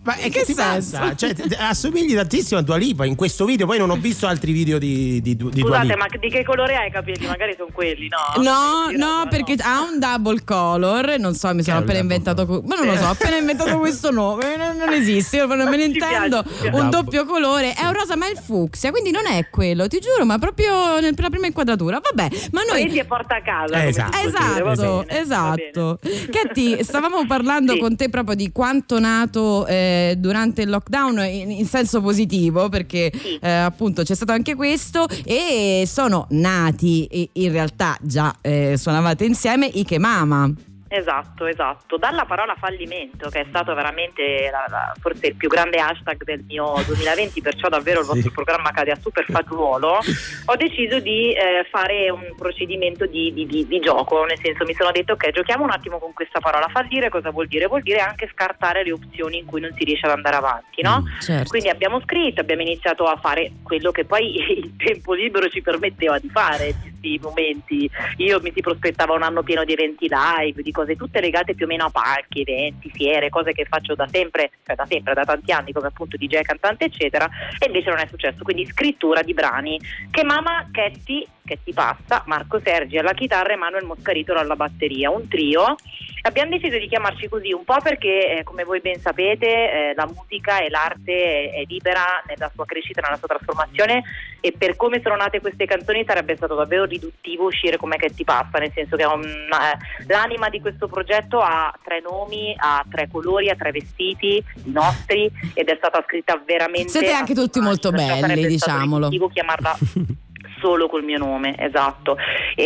Ma è In che che ti senso? passa? Cioè, t- assomigli tantissimo a Dua Lipa in questo video. Poi non ho visto altri video di, di, di Dua Scusate, Lipa. ma di che colore hai i capelli? Magari sono quelli, no? No, Sì, no, no, perché ha un double color. Non so, mi sono è un appena double inventato. co- Ma non lo so, ho appena inventato questo nome. Non, non esiste, io non me ne Ci intendo. piace, ci piace. Un Double. doppio colore. È un rosa, ma è il fucsia. Quindi non è quello, ti giuro, ma proprio nella prima inquadratura. Vabbè, ma noi. Prendi e porta a casa. come Esatto. si può dire, va Esatto, bene, va esatto. Katy, stavamo parlando Sì. con te proprio di quanto nato eh, durante il lockdown in, in senso positivo, perché Sì. eh, appunto c'è stato anche questo, e sono nati, e in realtà già eh, suonavate insieme, i Che Mama. Esatto, esatto. Dalla parola fallimento, che è stato veramente la- la- forse il più grande hashtag del mio duemilaventi, perciò davvero il Sì. vostro programma cade a super fagiolo, ho deciso di eh, fare un procedimento di, di- di- di gioco, nel senso mi sono detto ok, giochiamo un attimo con questa parola. Fallire cosa vuol dire? Vuol dire anche scartare le opzioni in cui non si riesce ad andare avanti, no? Certo. Quindi abbiamo scritto, abbiamo iniziato a fare quello che poi il tempo libero ci permetteva di fare in questi momenti. Io mi si prospettava un anno pieno di eventi live, di cose tutte legate più o meno a palchi, eventi, fiere, cose che faccio da sempre, cioè da sempre, da tanti anni, come appunto D J, cantante eccetera, e invece non è successo. Quindi scrittura di brani. Che Mama, Katy, Katy Pasta, Marco Sergi alla chitarra e Manuel Moscaritolo alla batteria, un trio. Abbiamo deciso di chiamarci così un po' perché, eh, come voi ben sapete, eh, la musica e l'arte è, è libera nella sua crescita, nella sua trasformazione, e per come sono nate queste canzoni sarebbe stato davvero riduttivo uscire come Katy Pasta, nel senso che è un, eh, l'anima di questo progetto ha tre nomi, ha tre colori, ha tre vestiti, i nostri, ed è stata scritta veramente... Siete anche tutti molto Perciò belli, sarebbe stato diciamolo. riduttivo chiamarla solo col mio nome, esatto.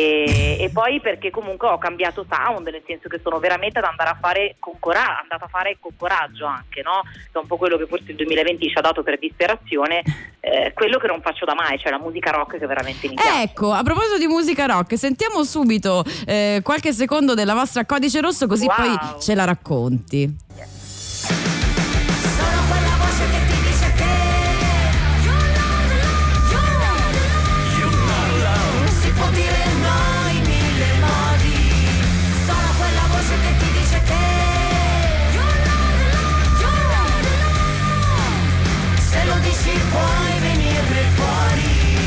E, e poi perché comunque ho cambiato sound, nel senso che sono veramente ad andare a fare con coraggio, andata a fare con coraggio anche, no? Che è un po' quello che forse il duemilaventi ci ha dato per disperazione, eh, quello che non faccio da mai, cioè la musica rock che veramente mi piace. Ecco, a proposito di musica rock, sentiamo subito eh, qualche secondo della vostra Codice Rosso, così Wow. poi ce la racconti. Sono quella voce che ti dice che si può dire no in mille modi. Sono quella voce che ti dice che se lo dici puoi venirne fuori.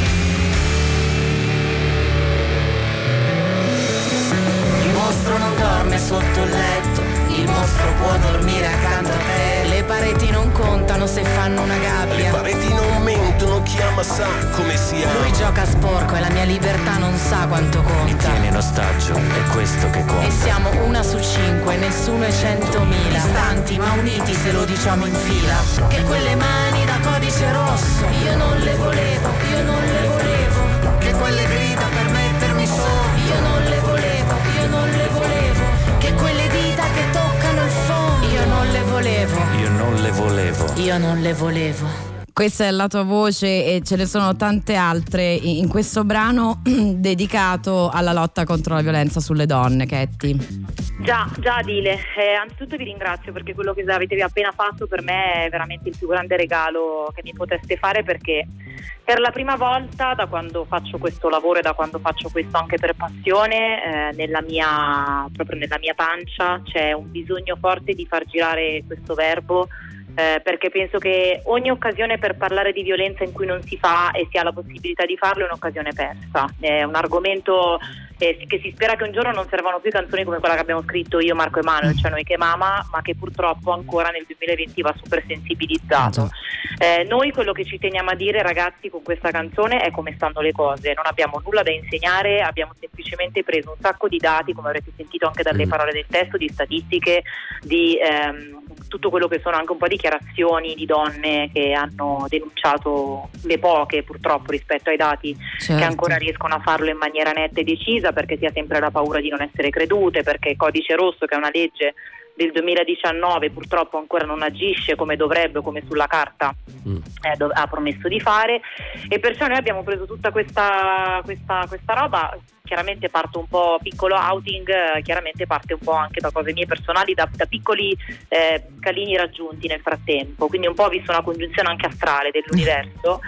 Il mostro non dorme sotto il letto, il mostro può dormire accanto a te. Le pareti non contano se fanno una gabbia. Le pareti non mentono, chi ama sa come si ama. Lui gioca sporco e la mia libertà non sa quanto conta. Tieni in ostaggio, è questo che conta. E siamo una su cinque, nessuno è centomila. Distanti ma uniti se lo diciamo in fila. Che quelle mani da codice rosso io non le volevo, io non le volevo. Che quelle grida per mettermi su io non le volevo, io non le volevo. Che quelle dita che toccano il fondo io non le volevo, Io non le volevo. io non le volevo. Questa è la tua voce e ce ne sono tante altre in questo brano dedicato alla lotta contro la violenza sulle donne, Katy. Già, già Adile, eh, anzitutto vi ringrazio perché quello che avete appena fatto per me è veramente il più grande regalo che mi poteste fare, perché per la prima volta da quando faccio questo lavoro e da quando faccio questo anche per passione, eh, nella mia, proprio nella mia pancia c'è un bisogno forte di far girare questo verbo, eh, perché penso che ogni occasione per parlare di violenza in cui non si fa e si ha la possibilità di farlo è un'occasione persa. È un argomento eh, che si spera che un giorno non servano più canzoni come quella che abbiamo scritto io, Marco e Manuel, cioè Noi Che Mama, ma che purtroppo ancora nel duemilaventi va super sensibilizzato. Eh, noi quello che ci teniamo a dire, ragazzi, con questa canzone è come stanno le cose. Non abbiamo nulla da insegnare, abbiamo semplicemente preso un sacco di dati, come avrete sentito anche dalle parole del testo, di statistiche, di ehm, tutto quello che sono anche un po' dichiarazioni di donne che hanno denunciato, le poche purtroppo rispetto ai dati, Certo. che ancora riescono a farlo in maniera netta e decisa, perché si ha sempre la paura di non essere credute, perché Codice Rosso, che è una legge del duemiladiciannove, purtroppo ancora non agisce come dovrebbe, come sulla carta Mm. eh, dov- ha promesso di fare, e perciò noi abbiamo preso tutta questa, questa, questa roba. Chiaramente parte un po' piccolo outing, eh, chiaramente parte un po' anche da cose mie personali, da, da piccoli eh, calini raggiunti nel frattempo, quindi un po' ho visto una congiunzione anche astrale dell'universo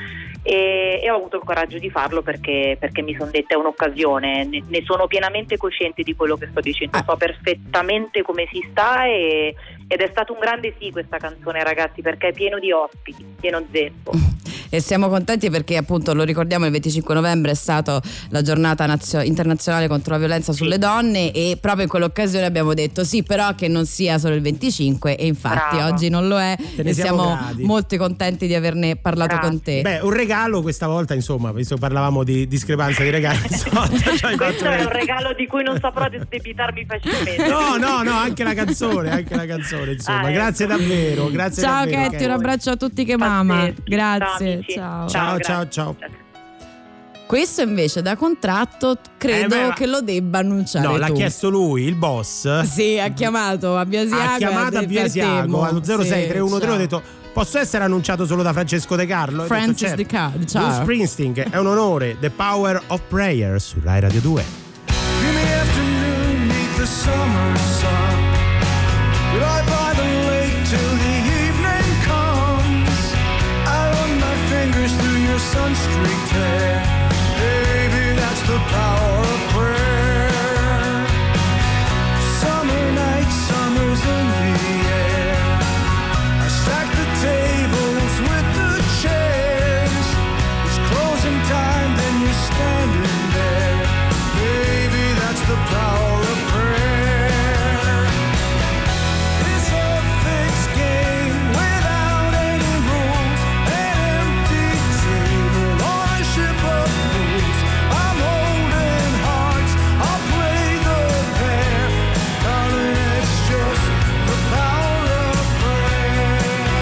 e, e ho avuto il coraggio di farlo perché, perché mi sono detta è un'occasione, ne, ne sono pienamente cosciente di quello che sto dicendo, so perfettamente come si sta e, ed è stato un grande sì questa canzone, ragazzi, perché è pieno di ospiti, pieno zeppo. E siamo contenti perché appunto lo ricordiamo, il venticinque novembre è stata la giornata nazio- internazionale contro la violenza sulle sì. donne, e proprio in quell'occasione abbiamo detto sì, però che non sia solo il venticinque, e infatti Brava. oggi non lo è, e siamo, siamo molto contenti di averne parlato Grazie. con te. Beh, un regalo questa volta, insomma, visto che parlavamo di discrepanza di regali. Questo è un regalo di cui non saprò debitarmi facilmente. No, no, no, anche la canzone, anche la canzone, insomma. Ah, grazie ecco. davvero, grazie ciao davvero. Katy, un abbraccio a tutti che mama. Grazie. Ciao, ciao, ciao, ciao. Questo invece da contratto credo Eh, beh, che lo debba annunciare. No, tu. l'ha chiesto lui, il boss. Sì, ha chiamato a Biasiago. Ha chiamato a Biasiago allo zero sei tre uno tre, sì, ho detto posso essere annunciato solo da Francesco De Carlo? Ho Francis detto, certo. De Carlo, ciao. Bruce Springsteen, è un onore. The Power of Prayer su Rai Radio due. In the afternoon, neath the summer sun, would I lie the lake till the evening comes? I run my fingers through your sun-streaked hair. Baby, that's the power of prayer. Summer night, summer's in the air. I stack the tables with the chairs. It's closing time, then you're standing there. Baby, that's the power of prayer. It's a fixed game without any rules. An empty table on a ship of fools. I'm holding hearts, I'll play the pair. Darling, it's just the power of prayer.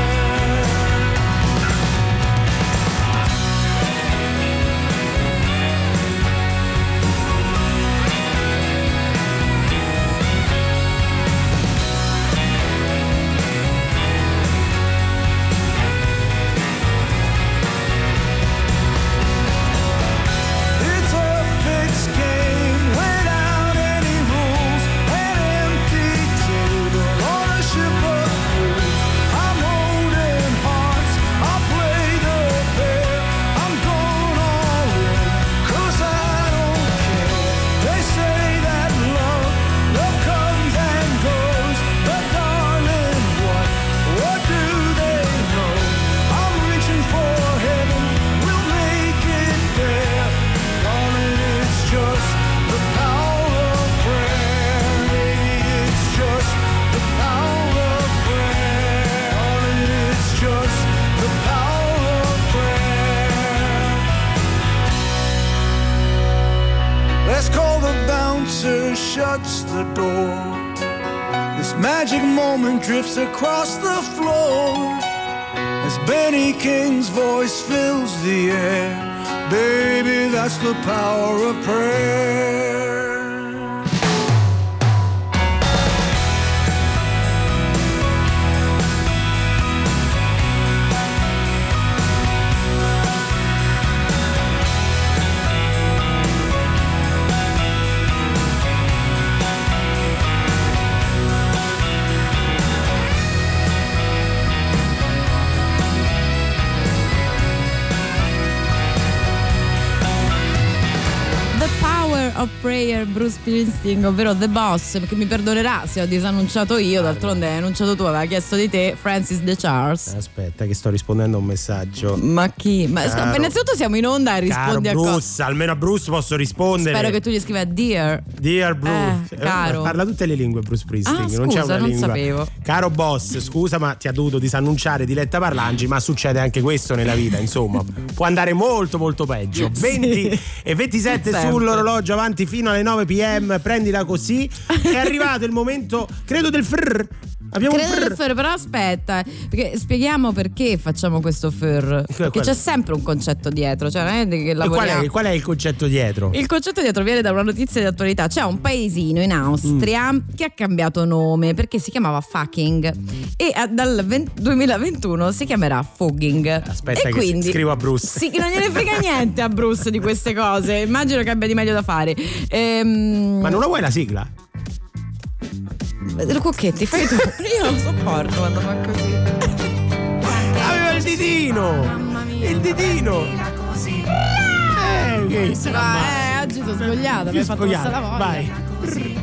It's a fixed game without any rules. An empty table on a ship of fools. I'm holding hearts, I'll play the pair. I'm going all in, 'cause I don't care. They say that love, love comes and goes. But darling, what, what do they know? I'm reaching for heaven, we'll make it there. Darling, it's just the power of prayer. Baby, it's just the power of prayer. Darling, it's just the power of prayer. Let's call the bouncer, shuts the door. This magic moment drifts across the floor as Benny King's voice fills the air. Baby, that's the power of prayer. The Power of Prayer, Bruce Springsteen, ovvero The Boss, che mi perdonerà se ho disannunciato io, d'altronde hai annunciato tu, aveva chiesto di te Francis De Charles. Aspetta che sto rispondendo a un messaggio. Ma chi? Ma Caro- innanzitutto siamo in onda e Caro rispondi a cosa? Bruce, almeno a Bruce posso rispondere. Spero che tu gli scriva Dear. Dear Bruce, Eh, caro. parla tutte le lingue Bruce Springsteen, Ah, non c'è scusa, una non lingua. sapevo. Caro boss, scusa ma ti ha dovuto disannunciare Diletta Parlangi, ma succede anche questo nella vita, insomma. Può andare molto molto peggio. venti e ventisette Sempre. sull'orologio, avanti fino alle nove p m, prendila così. È arrivato il momento, credo del frrr. Abbiamo Credo un del frrr. fur, però aspetta, perché spieghiamo perché facciamo questo fur. Perché qual- c'è sempre un concetto dietro, cioè non è che E qual lavoriamo. è, qual è il concetto dietro? Il concetto dietro viene da una notizia di attualità. C'è un paesino in Austria Mm. che ha cambiato nome perché si chiamava Fucking e a- dal venti duemilaventuno si chiamerà Fogging. Aspetta e che quindi, scrivo a Bruce. Sì, che non gliene frega niente a Bruce di queste cose. Immagino che abbia di meglio da fare. Ehm, Ma non la vuoi la sigla? Cucchetti, fai tu. Io non sopporto quando fa così. Aveva il ditino! Mamma mia. Il ditino! così. Eh, che sarà Ma mai? eh, oggi sono svogliata, mi hai fatto Spogliata. passare la voglia. Vai.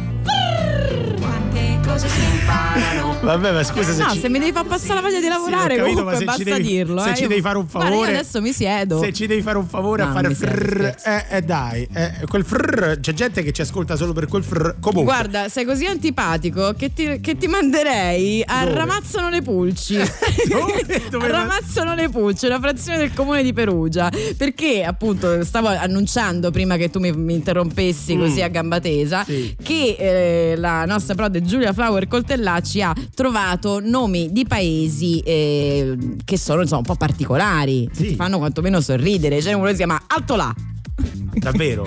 Quante cose si imparano. Vabbè, ma scusa se No, ci... se mi devi far passare la voglia di lavorare, Sì, ho capito, comunque ma se basta ci devi, dirlo. se eh. ci Io- devi fare un Guarda, favore, io adesso mi siedo. Se ci devi fare un favore No, a fare mi siedo, frrr, scherzo. eh, eh, dai, eh, quel frrr, c'è gente che ci ascolta solo per quel frrr. Comunque, Guarda, sei così antipatico che ti, che ti manderei a Dove? Ramazzano le Pulci. Dove? Dove? A Ramazzano le Pulci, una frazione del comune di Perugia. Perché appunto stavo annunciando prima che tu mi, mi interrompessi così Mm. a gamba tesa Sì. che eh, la nostra prode Giulia Flower Coltellacci ha trovato nomi di paesi eh, che sono insomma un po' particolari, che Sì. ti fanno quantomeno sorridere. C'è uno che si chiama Altolà. davvero.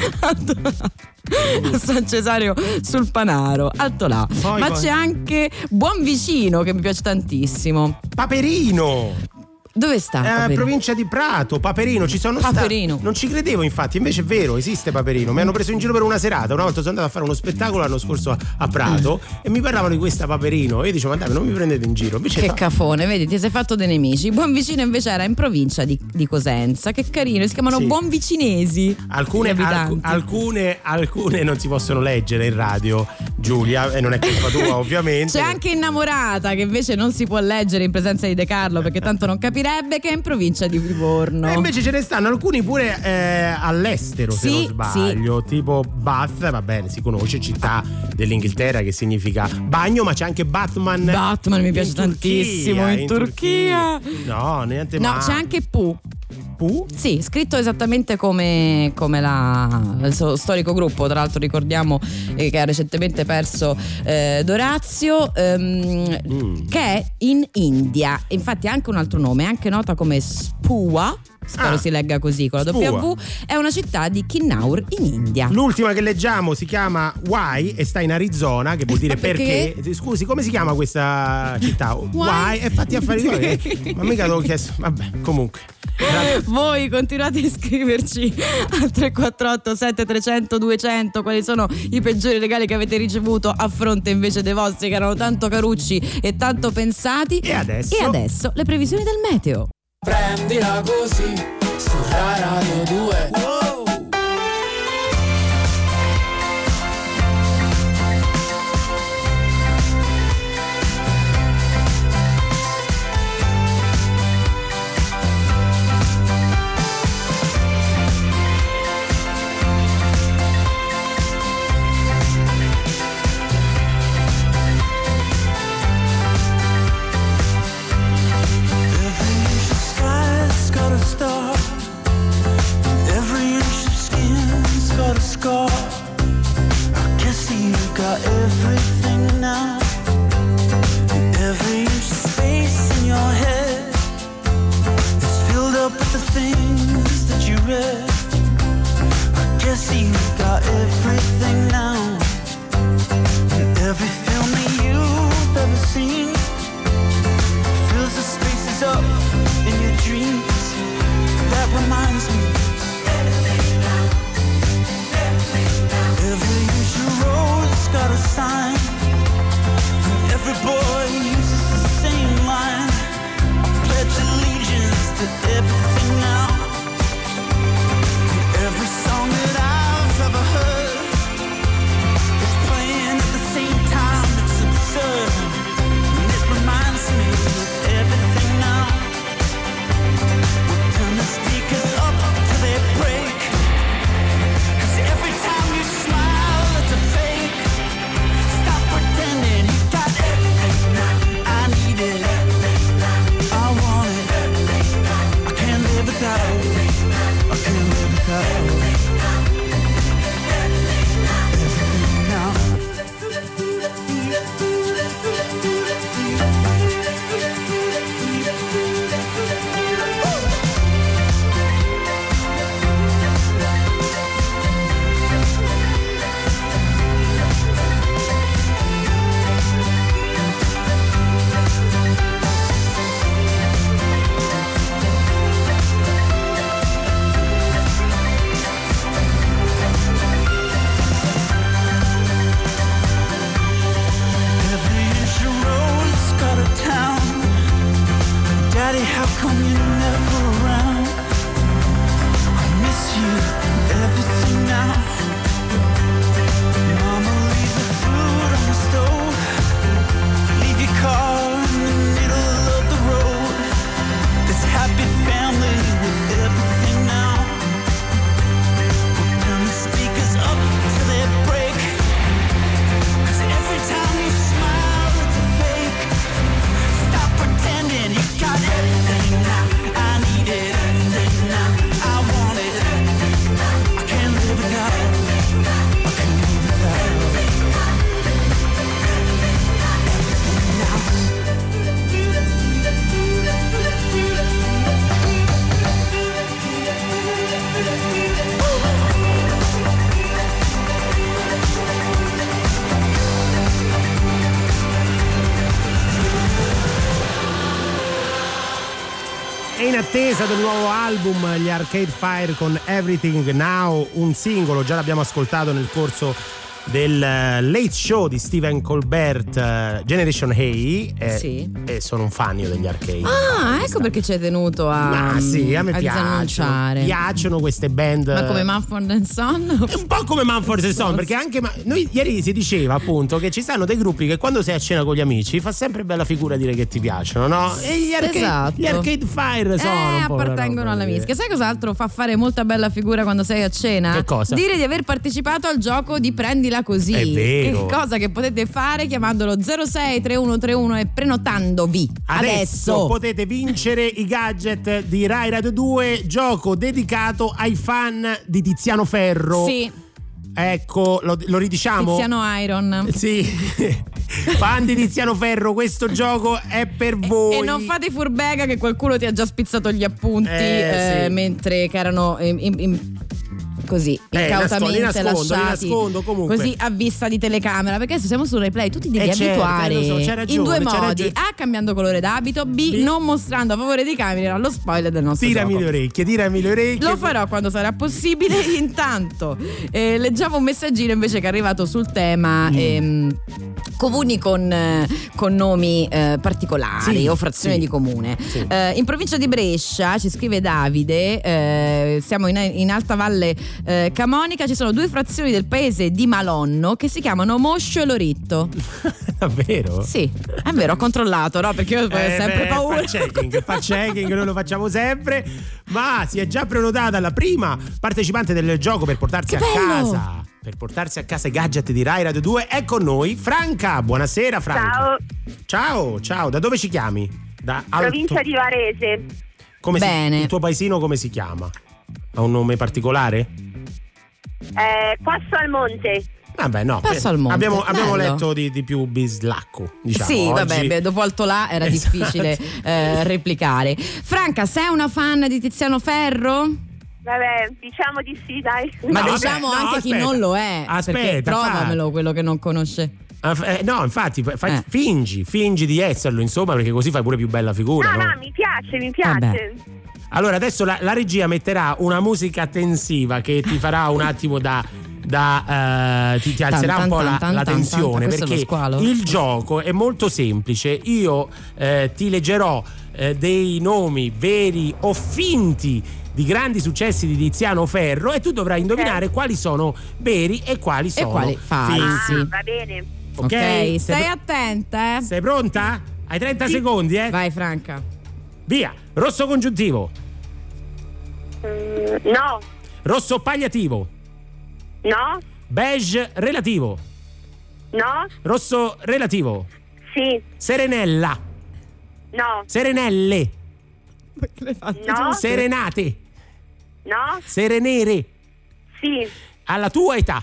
A San Cesario sul Panaro, Altolà. Poi, Ma poi. c'è anche Buon Vicino che mi piace tantissimo. Paperino. Dove sta? Eh, Paperino? provincia di Prato, Paperino, ci sono stati. Paperino. Non ci credevo, infatti, invece è vero, esiste Paperino. Mi hanno preso in giro per una serata. Una volta sono andato a fare uno spettacolo l'anno scorso a, a Prato e mi parlavano di questa Paperino. E io dicevo, ma dai, non mi prendete in giro. Invece Che no. cafone, vedi, ti sei fatto dei nemici. Buon Vicino invece era in provincia di, di Cosenza. Che carino, si chiamano Sì. Buon Vicinesi. Alcune, gli abitanti. alc- alcune, alcune non si possono leggere in radio, Giulia, e non è colpa tua, ovviamente. C'è anche Innamorata che invece non si può leggere in presenza di De Carlo perché tanto non capirebbe, che è in provincia di Livorno. E invece ce ne stanno alcuni pure eh, all'estero, se Sì, non sbaglio, tipo Bath, va bene, si conosce, città dell'Inghilterra che significa bagno, ma c'è anche Batman. Batman mi in piace Turchia, tantissimo in, Turchia. No, niente No, male. c'è anche Pooh. Pooh? Sì, scritto esattamente come, come la, il suo storico gruppo. Tra l'altro ricordiamo eh, che ha recentemente perso eh, Dorazio, ehm, Mm. che è in India. Infatti ha anche un altro nome, è anche nota come Spua. Spero Ah. si legga così con la Spua. W. È una città di Kinnaur in India. L'ultima che leggiamo si chiama Why e sta in Arizona, che vuol dire Perché? perché. Scusi, come si chiama questa città? Why? E fatti affari tuoi. Ma mica l'avevo chiesto. Vabbè, comunque. Voi continuate a iscriverci al tre quattro otto sette tre zero zero due zero zero quali sono i peggiori regali che avete ricevuto a fronte invece dei vostri che erano tanto carucci e tanto pensati. E adesso? E adesso le previsioni del meteo. Prendila così su Rai Radio due. Every inch of sky's got a star. Every inch of skin's got a scar. I guess you got everything now. Every inch of space in your head is filled up with the things that you read. I guess you got everything now. And every film that you've ever seen fills the spaces up in your dreams. That reminds me. Every inch of road's got a sign, and every boy uses the same line. I pledge allegiance to everything now. And every song that I've ever heard is playing at the same time. It's absurd. And it reminds me of everything now. We'll turn the speakers up till they break. 'Cause every time you smile, it's a fake. Stop pretending you got everything. I need it. I want it. I can't live without. I can't live without. Everything now. Every inch of road's got a town. Daddy, how come you're never around? E in attesa del nuovo album, gli Arcade Fire con Everything Now, un singolo, già l'abbiamo ascoltato nel corso del Late Show di Stephen Colbert, uh, Generation Hay, eh, sì. E sono un fan io degli Arcade. Ah, ecco perché ci hai tenuto a Ma sì, a me a piacciono, disannunciare. piacciono queste band. Ma come Mumford and Son? Un po' come Mumford and Son, perché anche ma, noi ieri si diceva appunto che ci stanno dei gruppi che quando sei a cena con gli amici fa sempre bella figura dire che ti piacciono, no? E gli Arcade, Esatto. gli Arcade Fire sono Eh, un po' appartengono alla mischia. Sai cos'altro fa fare molta bella figura quando sei a cena? Che cosa? Dire di aver partecipato al gioco di Prendila Così. È vero. Che cosa che potete fare chiamandolo zero sei tre uno tre uno e prenotandovi Adesso, adesso. potete vincere i gadget di Rai Radio due, gioco dedicato ai fan di Tiziano Ferro. Sì. Ecco, lo, lo ridiciamo? Tiziano Iron. Sì. Fan di Tiziano Ferro, questo gioco è per voi. E non fate furbega che qualcuno ti ha già spizzato gli appunti Eh, eh, sì. mentre che erano in, in- in- così Eh, incautamente nascondo, li nascondo, li lasciati nascondo, comunque. così a vista di telecamera, perché adesso siamo su Replay, tu ti devi Eh, certo, abituare eh, lo so, c'hai ragione, in due c'hai modi: ragione. A, cambiando colore d'abito, B, B. non mostrando a favore di camera lo spoiler del nostro Tirami gioco. le orecchie, tirami le orecchie. Lo farò quando sarà possibile. Intanto eh, leggiamo un messaggino invece che è arrivato sul tema Mm. ehm, comuni con, eh, con nomi eh, particolari Sì, o frazioni sì. di comune. Sì. Eh, in provincia di Brescia, ci scrive Davide, eh, siamo in, in Alta Valle eh, Camonica, ci sono due frazioni del paese di Malonno che si chiamano Moscio e Loritto. Davvero? Sì, è vero, ho controllato, no? Perché io ho Eh, sempre beh, paura. Fa checking, fa checking, noi lo facciamo sempre. Ma si è già prenotata la prima partecipante del gioco per portarsi Che a bello! casa. Per portarsi a casa i gadget di Rai Radio due. È con noi Franca. Buonasera, Franca. Ciao, Ciao, ciao. Da dove ci chiami? Da Alto- provincia di Varese. Come si- Bene. il tuo paesino come si chiama? Ha un nome particolare? Eh, Passo al Monte. Vabbè, no. Passo al monte, Abbiamo, abbiamo bello. letto di, di più Bislacco, diciamo. Sì, oggi. vabbè, beh, dopo Alto là era Esatto. difficile eh, replicare. Franca, sei una fan di Tiziano Ferro? Vabbè, diciamo di sì, dai. Ma No, diciamo vabbè, no, anche chi aspetta. non lo è. Aspetta, perché fa- trovamelo quello che non conosce. Ah, f- eh, no, infatti, fai- Eh. fingi, fingi di esserlo, insomma, perché così fai pure più bella figura. No, no? no, mi piace, mi piace. Vabbè. Allora, adesso la, la regia metterà una musica tensiva che ti farà un attimo da. da eh, ti, ti alzerà Tan, un po' tan, la, tan, la tan, tensione, tan, questo è lo perché squalo? il gioco è molto semplice. Io eh, ti leggerò eh, dei nomi veri o finti di grandi successi di Tiziano Ferro e tu dovrai indovinare quali sono veri e quali sono quali falsi. finti. Ah, va bene. Ok? Ok, Sei stai pro- attenta, eh. sei pronta? Hai trenta secondi, eh? Vai, Franca. Via. Rosso congiuntivo. Mm, no, Rosso pagliativo. no, Beige relativo. no, Rosso relativo. sì, Serenella. no, Serenelle. no, Serenate. no, Serenere. sì. Alla tua età.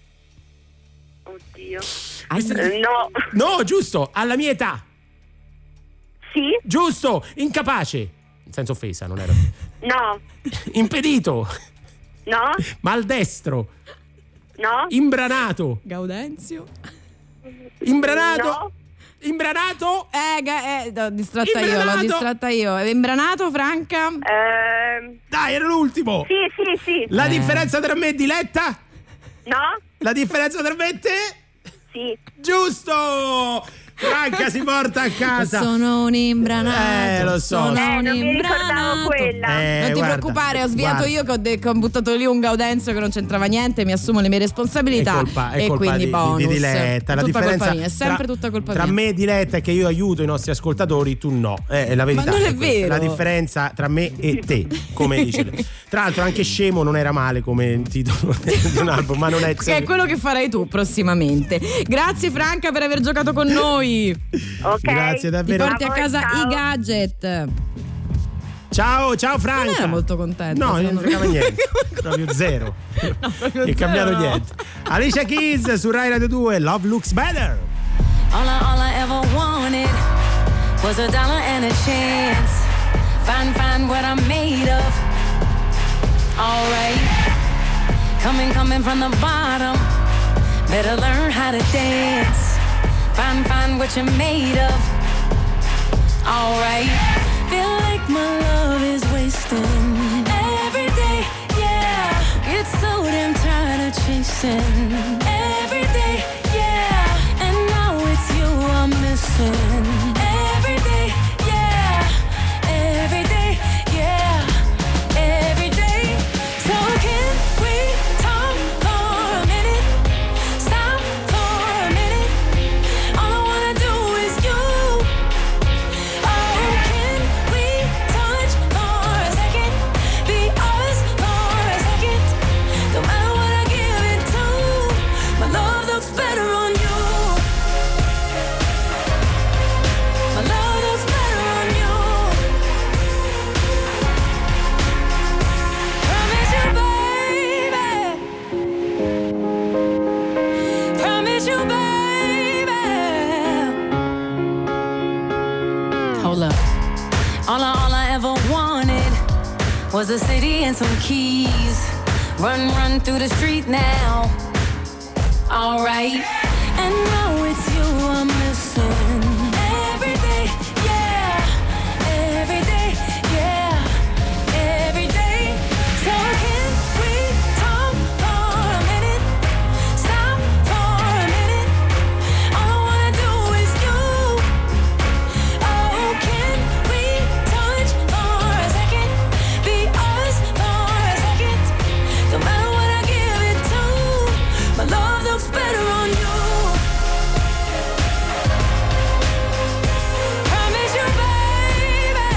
Oddio. Ai- Eh, no, No, giusto. Alla mia età. sì, Giusto. Incapace. In senso offesa, non era. no, Impedito. no, Maldestro. no, Imbranato. Gaudenzio. Imbranato. no, Imbranato. Eh, ga- eh, l'ho distratta io, Imbranato. l'ho distratta io. È imbranato, Franca? ehm, Dai, era l'ultimo. sì, sì, sì, La Eh. differenza tra me e Diletta? no, La differenza tra me e te? sì. Giusto! Franca si porta a casa. Sono un imbranato. Eh, lo so. Sono Eh, un non mi ricordavo imbranato. quella. Eh, Non ti guarda, preoccupare, ho sviato guarda. io che ho, de- che ho buttato lì un Gaudenzio che non c'entrava niente, mi assumo le mie responsabilità È colpa, è e colpa quindi di, bonus. di Diletta. La tutta differenza colpa mia, è sempre tra, tutta colpa tra mia. me e Diletta è che io aiuto i nostri ascoltatori, tu no. Eh, è la verità. Ma non è questa. vero. La differenza tra me e te, come dice lei. Tra l'altro anche Scemo non era male come titolo di un album, ma non è Che è quello che farai tu prossimamente. Grazie Franca per aver giocato con noi. Ok. Grazie Ti davvero. porti a voi, casa ciao. i gadget. Ciao, ciao Franca. Non era molto contenta. No, non secondo fregava me. niente. Proprio zero. No, proprio È cambiato zero, no. niente. Alicia Keys su Rai Radio due, Love Looks Better. All I, all I ever wanted was a dollar and a chance. Find, find what I'm made of. Alright. Coming, coming from the bottom. Better learn how to dance. Find, find what you're made of. Alright. Feel like my love is wasting. Every day, yeah, get so damn tired of chasing. Every day, yeah, and now it's you I'm missing. Every day, yeah, every day, yeah, every day. So can we talk for a minute? Stop for a minute. All I wanna do is you. Oh, can we touch for a second? Be us for a second. No matter what I give it to, my love looks better on you. My love looks better on you. Promise you, baby. Promise you, baby. Hold up. All I, all I ever wanted was a city and some keys. Run, run through the street now. Alright. And now it's you I'm missing. Every day, yeah. Every day, yeah. Every day. So can we talk for a minute? Stop for a minute. All I wanna do is you. Oh, can we touch for a second? Be us for a second. No matter what I give it to, my love looks better on you. Promise you, baby.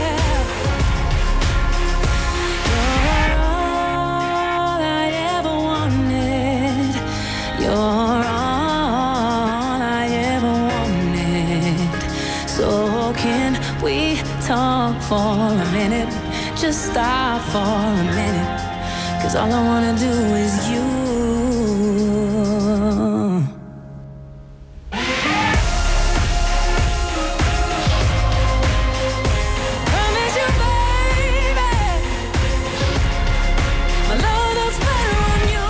You're all I ever wanted. You're all I ever wanted. So can we talk for a minute? Just stop for a minute. Cause all I wanna do is you. Promise you, baby. My love looks better on you.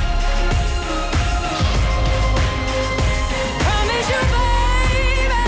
Promise you, baby.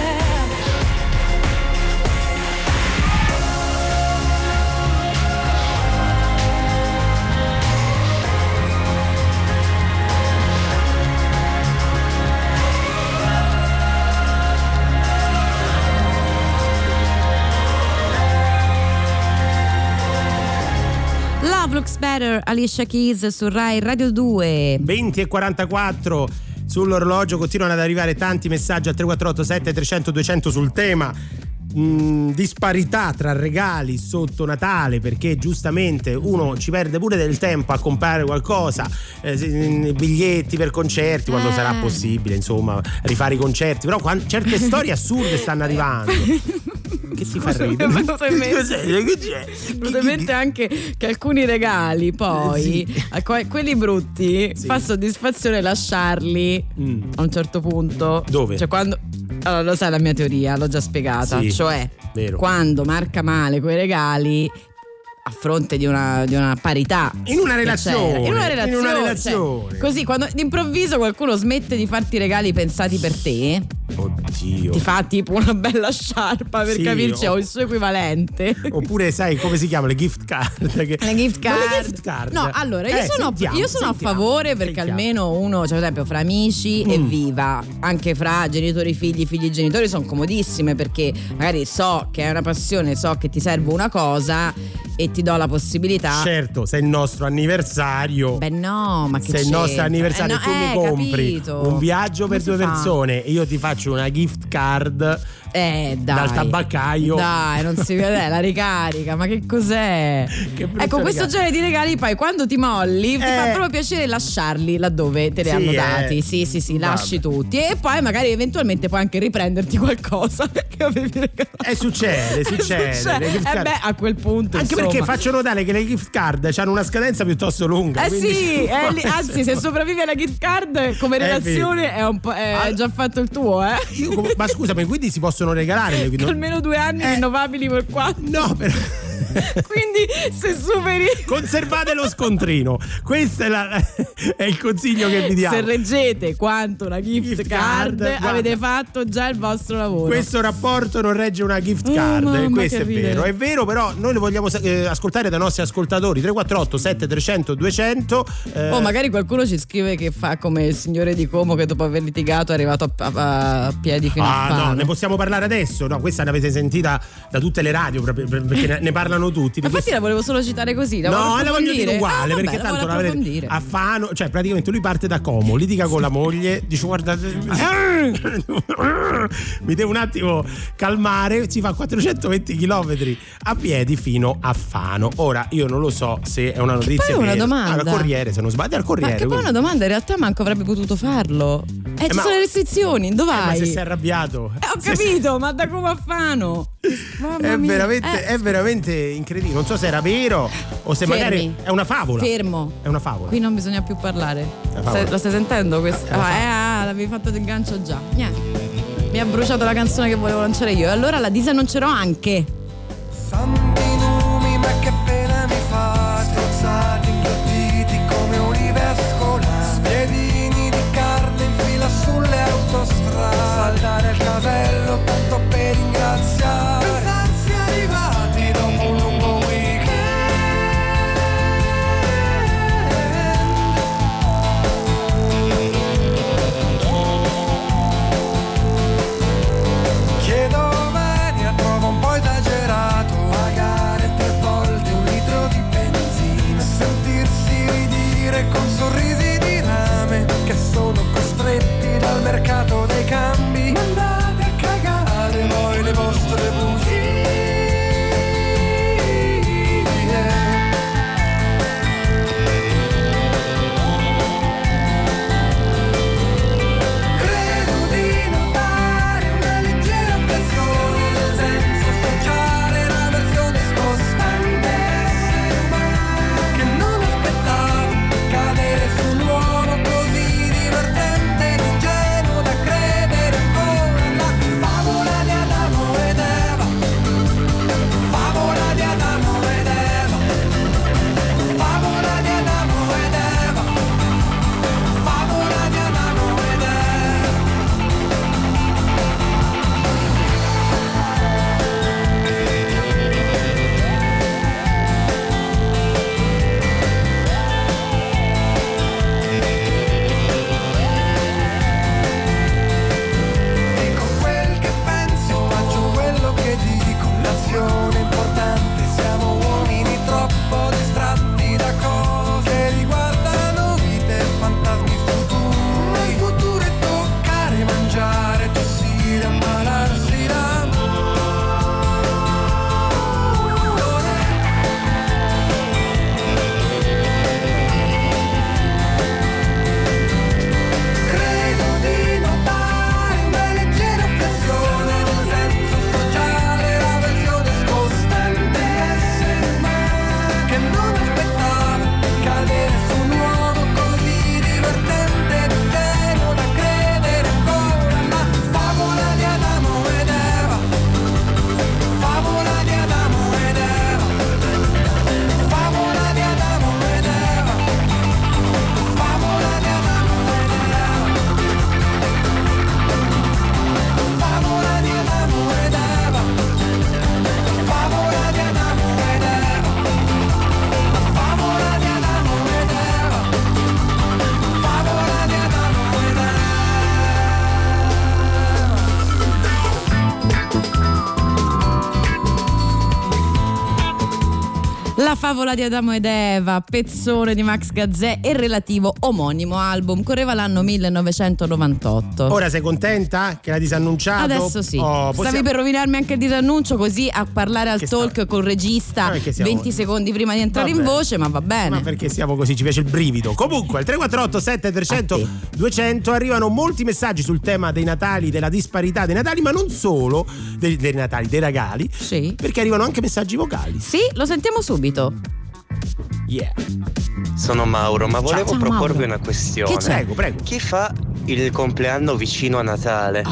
Love Looks Better, Alicia Keys su Rai Radio due. venti e quarantaquattro sull'orologio, continuano ad arrivare tanti messaggi al tre quattro otto sette trecento duecento sul tema mh, disparità tra regali sotto Natale, perché giustamente uno ci perde pure del tempo a comprare qualcosa, eh, biglietti per concerti quando Eh. sarà possibile, insomma, rifare i concerti, però quan- certe storie assurde stanno arrivando. Che si fa ridere? Mi è venuto in mente- Cos'è? Che c'è? Mi è venuto in mente anche che alcuni regali poi, Sì. a que- quelli brutti, Sì. fa soddisfazione lasciarli Mm. a un certo punto. Dove? Cioè quando. Allora, lo sai la mia teoria, l'ho già spiegata. Sì, cioè, vero. quando marca male quei regali a fronte di una, di una parità In una che relazione, c'era. in una relazione, in una cioè, relazione. così quando d'improvviso qualcuno smette di farti regali pensati per te, Oddio. ti fa tipo una bella sciarpa, per Sì, capirci, o- o il suo equivalente. Oppure sai come si chiama? Le gift card. Che... Le gift Ma card. le gift card. No, allora io Eh, sono, sentiamo, io sono sentiamo, a favore perché sentiamo. almeno uno, cioè, per esempio, fra amici Mm. e viva, anche fra genitori figli, figli genitori, sono comodissime perché magari so che è una passione, so che ti serve una cosa e ti do la possibilità. Certo, se è il nostro anniversario. Beh no, ma che se è il nostro c'entra? anniversario Eh, no, tu mi eh, compri capito. un viaggio Come per due si fa? persone e io ti faccio una gift card Eh dai. dal tabaccaio. Dai, non si vede la ricarica, ma che cos'è? Che brutto Ecco, questo regalo. genere di regali poi quando ti molli ti Eh. fa proprio piacere lasciarli laddove te li Sì, hanno eh. dati. Sì, sì, sì, lasci Vabbè. tutti e poi magari eventualmente puoi anche riprenderti qualcosa che avevi regalato. Eh, succede, succede. Cioè, Le gift eh card- beh, a quel punto Anche insomma. perché faccio notare che le gift card hanno una scadenza piuttosto lunga. Eh quindi- sì, è lì- anzi se sopravvivi alla gift card come Eh, relazione vedi. è un po' è All- già fatto il tuo, eh? Io com- ma scusami, quindi si possono regalare le Almeno due anni Eh. rinnovabili per quanto? No, però Quindi se superi, conservate lo scontrino. Questo è, la, è il consiglio che vi diamo. se reggete quanto una gift, Gift card, card, avete guarda, fatto già il vostro lavoro. questo rapporto non regge una gift Oh, card, mamma, questo che è vero. ridere. È vero, però noi lo vogliamo eh, ascoltare dai nostri ascoltatori. Tre quattro otto sette trecento duecento. eh, Oh, magari qualcuno ci scrive che fa come il signore di Como che dopo aver litigato è arrivato a, a- a piedi fino Ah, a Fano. no, ne possiamo parlare adesso? No, questa ne avete sentita da tutte le radio proprio, per- perché ne, ne parlano tutti. Di Infatti questa- la volevo solo citare così. La No, voglio la voglio dire approfondire. uguale, Ah, perché vabbè, la tanto voglio la vedete approfondire. a Fano, cioè praticamente lui parte da Como, litiga con la moglie, dice guarda mi devo un attimo calmare, si fa quattrocentoventi chilometri a piedi fino a Fano. Ora io non lo so se è una notizia poi una vera. domanda. Ah, al Corriere, se non sbaglio, al Ma Corriere. che poi quindi. una domanda, in realtà manco avrebbe potuto farlo. Eh, ci ma- sono le restrizioni, dove Eh, ma vai? se sei arrabbiato. Eh, ho Se- capito, ma da come a Fano? Mamma È mia. veramente, Eh, è veramente incredibile. Non so se era vero o se Fermi. magari è una favola. Fermo. È una favola. Qui non bisogna più parlare. favola. Stai- lo stai sentendo questo? È una Ah, eh, ah, l'avevi fatto il gancio già. Niente. Mi ha bruciato la canzone che volevo lanciare io. E allora la disannuncerò anche. Santi numi, ma che pena mi fa, strozzati, inghiottiti come olive a scola, spiedini di carne in fila sulle autostrade, saltare al casello tanto per ringraziare, pensarsi arrivati dopo un lungo weekend. Chiedo venia, trovo un po' esagerato pagare tre volte un litro di benzina, sentirsi ridire con sorrisi di rame che sono costretti dal mercato dei cambi. Mandate a cagare voi le vostre bugie. Credo di notare una leggera pressione del senso sociale, la versione scostante essere umano che non aspettavo cadere su un uomo così divertente ed ingenuo da credere ancora alla favola di Adamo ed Eva, favola di Adamo ed Eva, favola di Adamo ed Eva, favola di Adamo ed Eva. Dico quel che penso, faccio quello che dico, l'azione è importante, siamo uomini troppo distratti da cose che riguardano vite e fantasmi futuri. Il futuro è toccare, mangiare, tossire, ammalarsi d'amore. Credo di notare una leggera pressione del senso sociale, la versione scostante essere umano che non aspettava cadere su un uomo così divertente ed ingenuo da credere ancora alla favola di Adamo ed Eva, favola di Adamo ed Eva, favola di Adamo ed Eva, favola di Adamo ed Eva, favola di Adamo ed Eva, favola di Adamo ed Eva, favola di Adamo ed Eva, favola di Adamo ed Eva. La favola di Adamo ed Eva, pezzone di Max Gazzè e relativo omonimo album. Correva l'anno millenovecentonovantotto. Ora sei contenta che l'hai disannunciato? Adesso sì. Oh, Stavi possiamo- per rovinarmi anche il disannuncio, così a parlare al Che talk sta- col regista Ma perché siamo- venti secondi prima di entrare in Vabbè. voce, ma va bene. Ma perché siamo così, ci piace il brivido. Comunque al tre quattro otto sette trecento duecento arrivano molti messaggi sul tema dei Natali, della disparità dei Natali, ma non solo dei, dei Natali, dei regali, Sì. perché arrivano anche messaggi vocali. Sì, lo sentiamo subito. Yeah. Sono Mauro, ma volevo Ciao, proporvi Mauro. una questione. Che c'è? Prego, prego. Chi fa il compleanno vicino a Natale?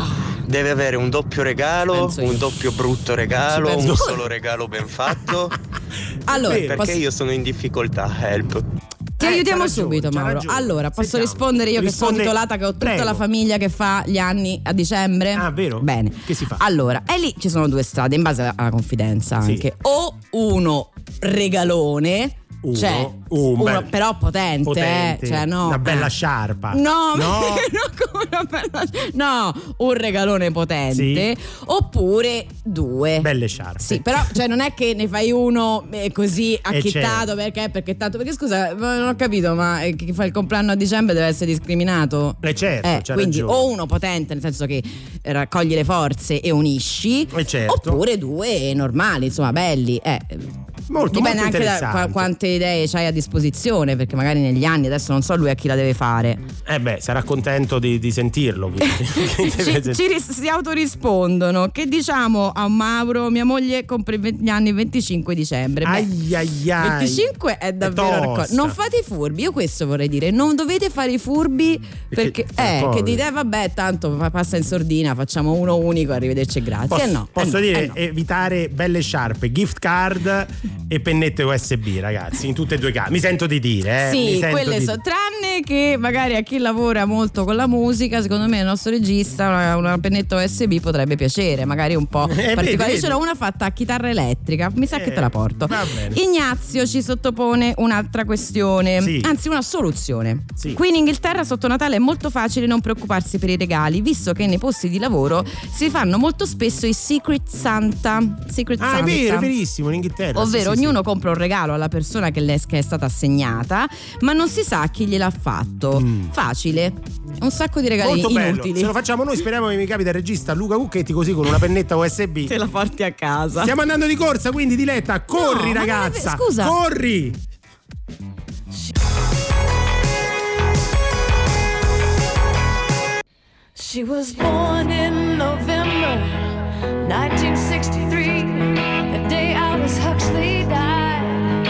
Deve avere un doppio regalo, un doppio brutto regalo, un solo regalo ben fatto. Allora, perché posso- io sono in difficoltà, help. Ti Eh, aiutiamo c'ha ragione, subito, c'ha Mauro. ragione. Allora, posso Sentiamo. rispondere io Risponde- che sono titolata, che ho tutta Prego. la famiglia che fa gli anni a dicembre? Ah, vero? Bene. Che si fa? Allora, e lì ci sono due strade in base alla, alla confidenza Sì. anche. O uno regalone, Uno, cioè un uno bel- però potente, potente, eh, cioè no. una bella eh. sciarpa. No, No. no, come una bella- no, un regalone potente, Sì. oppure due. Belle sciarpe. Sì, però cioè non è che ne fai uno eh, così certo. acchittato perché perché tanto perché scusa, ma non ho capito, ma eh, chi fa il compleanno a dicembre deve essere discriminato? Eh certo, Eh, c'ha quindi ragione. o uno potente, nel senso che raccogli le forze e unisci, Eh, certo. oppure due normali, insomma, belli. Eh, Molto, dipende molto anche da interessante. qua- quante idee c'hai a disposizione, perché magari negli anni adesso non so lui a chi la deve fare. Eh beh, sarà contento di, di sentirlo. quindi. Ci, ci ris- si autorispondono che diciamo a Mauro: mia moglie compie gli anni il venticinque dicembre. Beh, Ai ai ai. venticinque è davvero tosta. raccolto. Non fate i furbi, io questo vorrei dire, non dovete fare i furbi perché eh, eh, poi- che dite eh, vabbè tanto pa- passa in sordina, facciamo uno unico, arrivederci e grazie. Posso, eh no, posso eh no, dire eh no. evitare belle sciarpe, gift card e pennette U S B, ragazzi, in tutte e due casi. Mi sento di dire, eh. Mi Sì, sento quelle di- so, tranne che magari a chi lavora molto con la musica, secondo me il nostro regista una, una pennetta U S B potrebbe piacere, magari un po' vedi, particolare. vedi. Ce n'ho una fatta a chitarra elettrica, mi sa che Eh, te la porto. va bene. Ignazio ci sottopone un'altra questione, Sì. anzi una soluzione. Sì. Qui in Inghilterra sotto Natale è molto facile non preoccuparsi per i regali, visto che nei posti di lavoro si fanno molto spesso i Secret Santa. Secret Ah, è Santa. vero, è verissimo, in Inghilterra. Ovvero sì, sì, ognuno compra un regalo alla persona che, le- che è stata assegnata, ma non si sa chi gliel'ha fatto. Facile, un sacco di sì. regali Molto bello. inutili. Se lo facciamo noi, speriamo che mi capita il regista Luca Cucchetti così con una pennetta U S B. Te la porti a casa. Stiamo andando di corsa, quindi Diletta, corri No, ma non è ragazza. ve- scusa. Corri. She was born in November nineteen sixty-three, the day Aldous Huxley died.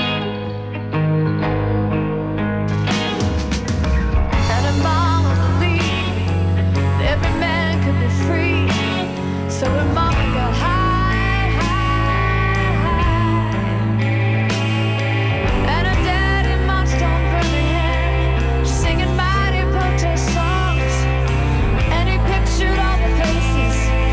And her mama believed that every man could be free, so her mama got high, high, high. And her daddy marched on Birmingham, singing mighty protest songs. And he pictured all the places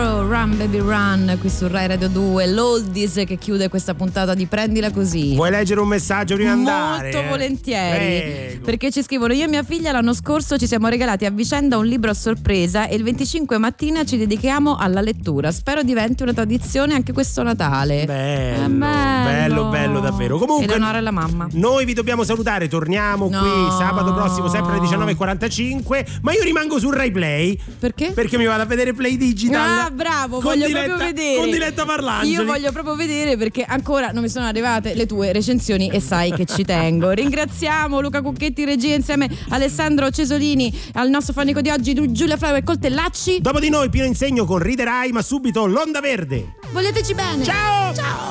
loro, Run Baby Run, qui su Rai Radio due, l'oldies che chiude questa puntata di Prendila Così. Vuoi leggere un messaggio prima di andare? Molto volentieri. Prego. Perché ci scrivono: io e mia figlia l'anno scorso ci siamo regalati a vicenda un libro a sorpresa e il venticinque mattina ci dedichiamo alla lettura. Spero diventi una tradizione anche questo Natale. Bello, Eh, bello. bello, bello davvero. Comunque Eleonora e la mamma. noi vi dobbiamo salutare, torniamo No. qui sabato prossimo sempre alle diciannove e quarantacinque, ma io rimango sul Rai Play. Perché? Perché mi vado a vedere Play Digital. Ah, bravo, con voglio Diletta- proprio vedere. Con Diletta Parlangeli. Io voglio proprio vedere perché ancora non mi sono arrivate le tue recensioni e sai che ci tengo. Ringraziamo Luca Cucchetti regia insieme a Alessandro Cesolini, al nostro fanico di oggi Giulia Flower Coltellacci. Dopo di noi Pino Insegno con Riderai, ma subito l'Onda Verde. Vogliateci bene. Ciao. Ciao.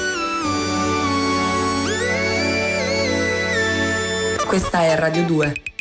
Questa è Radio due.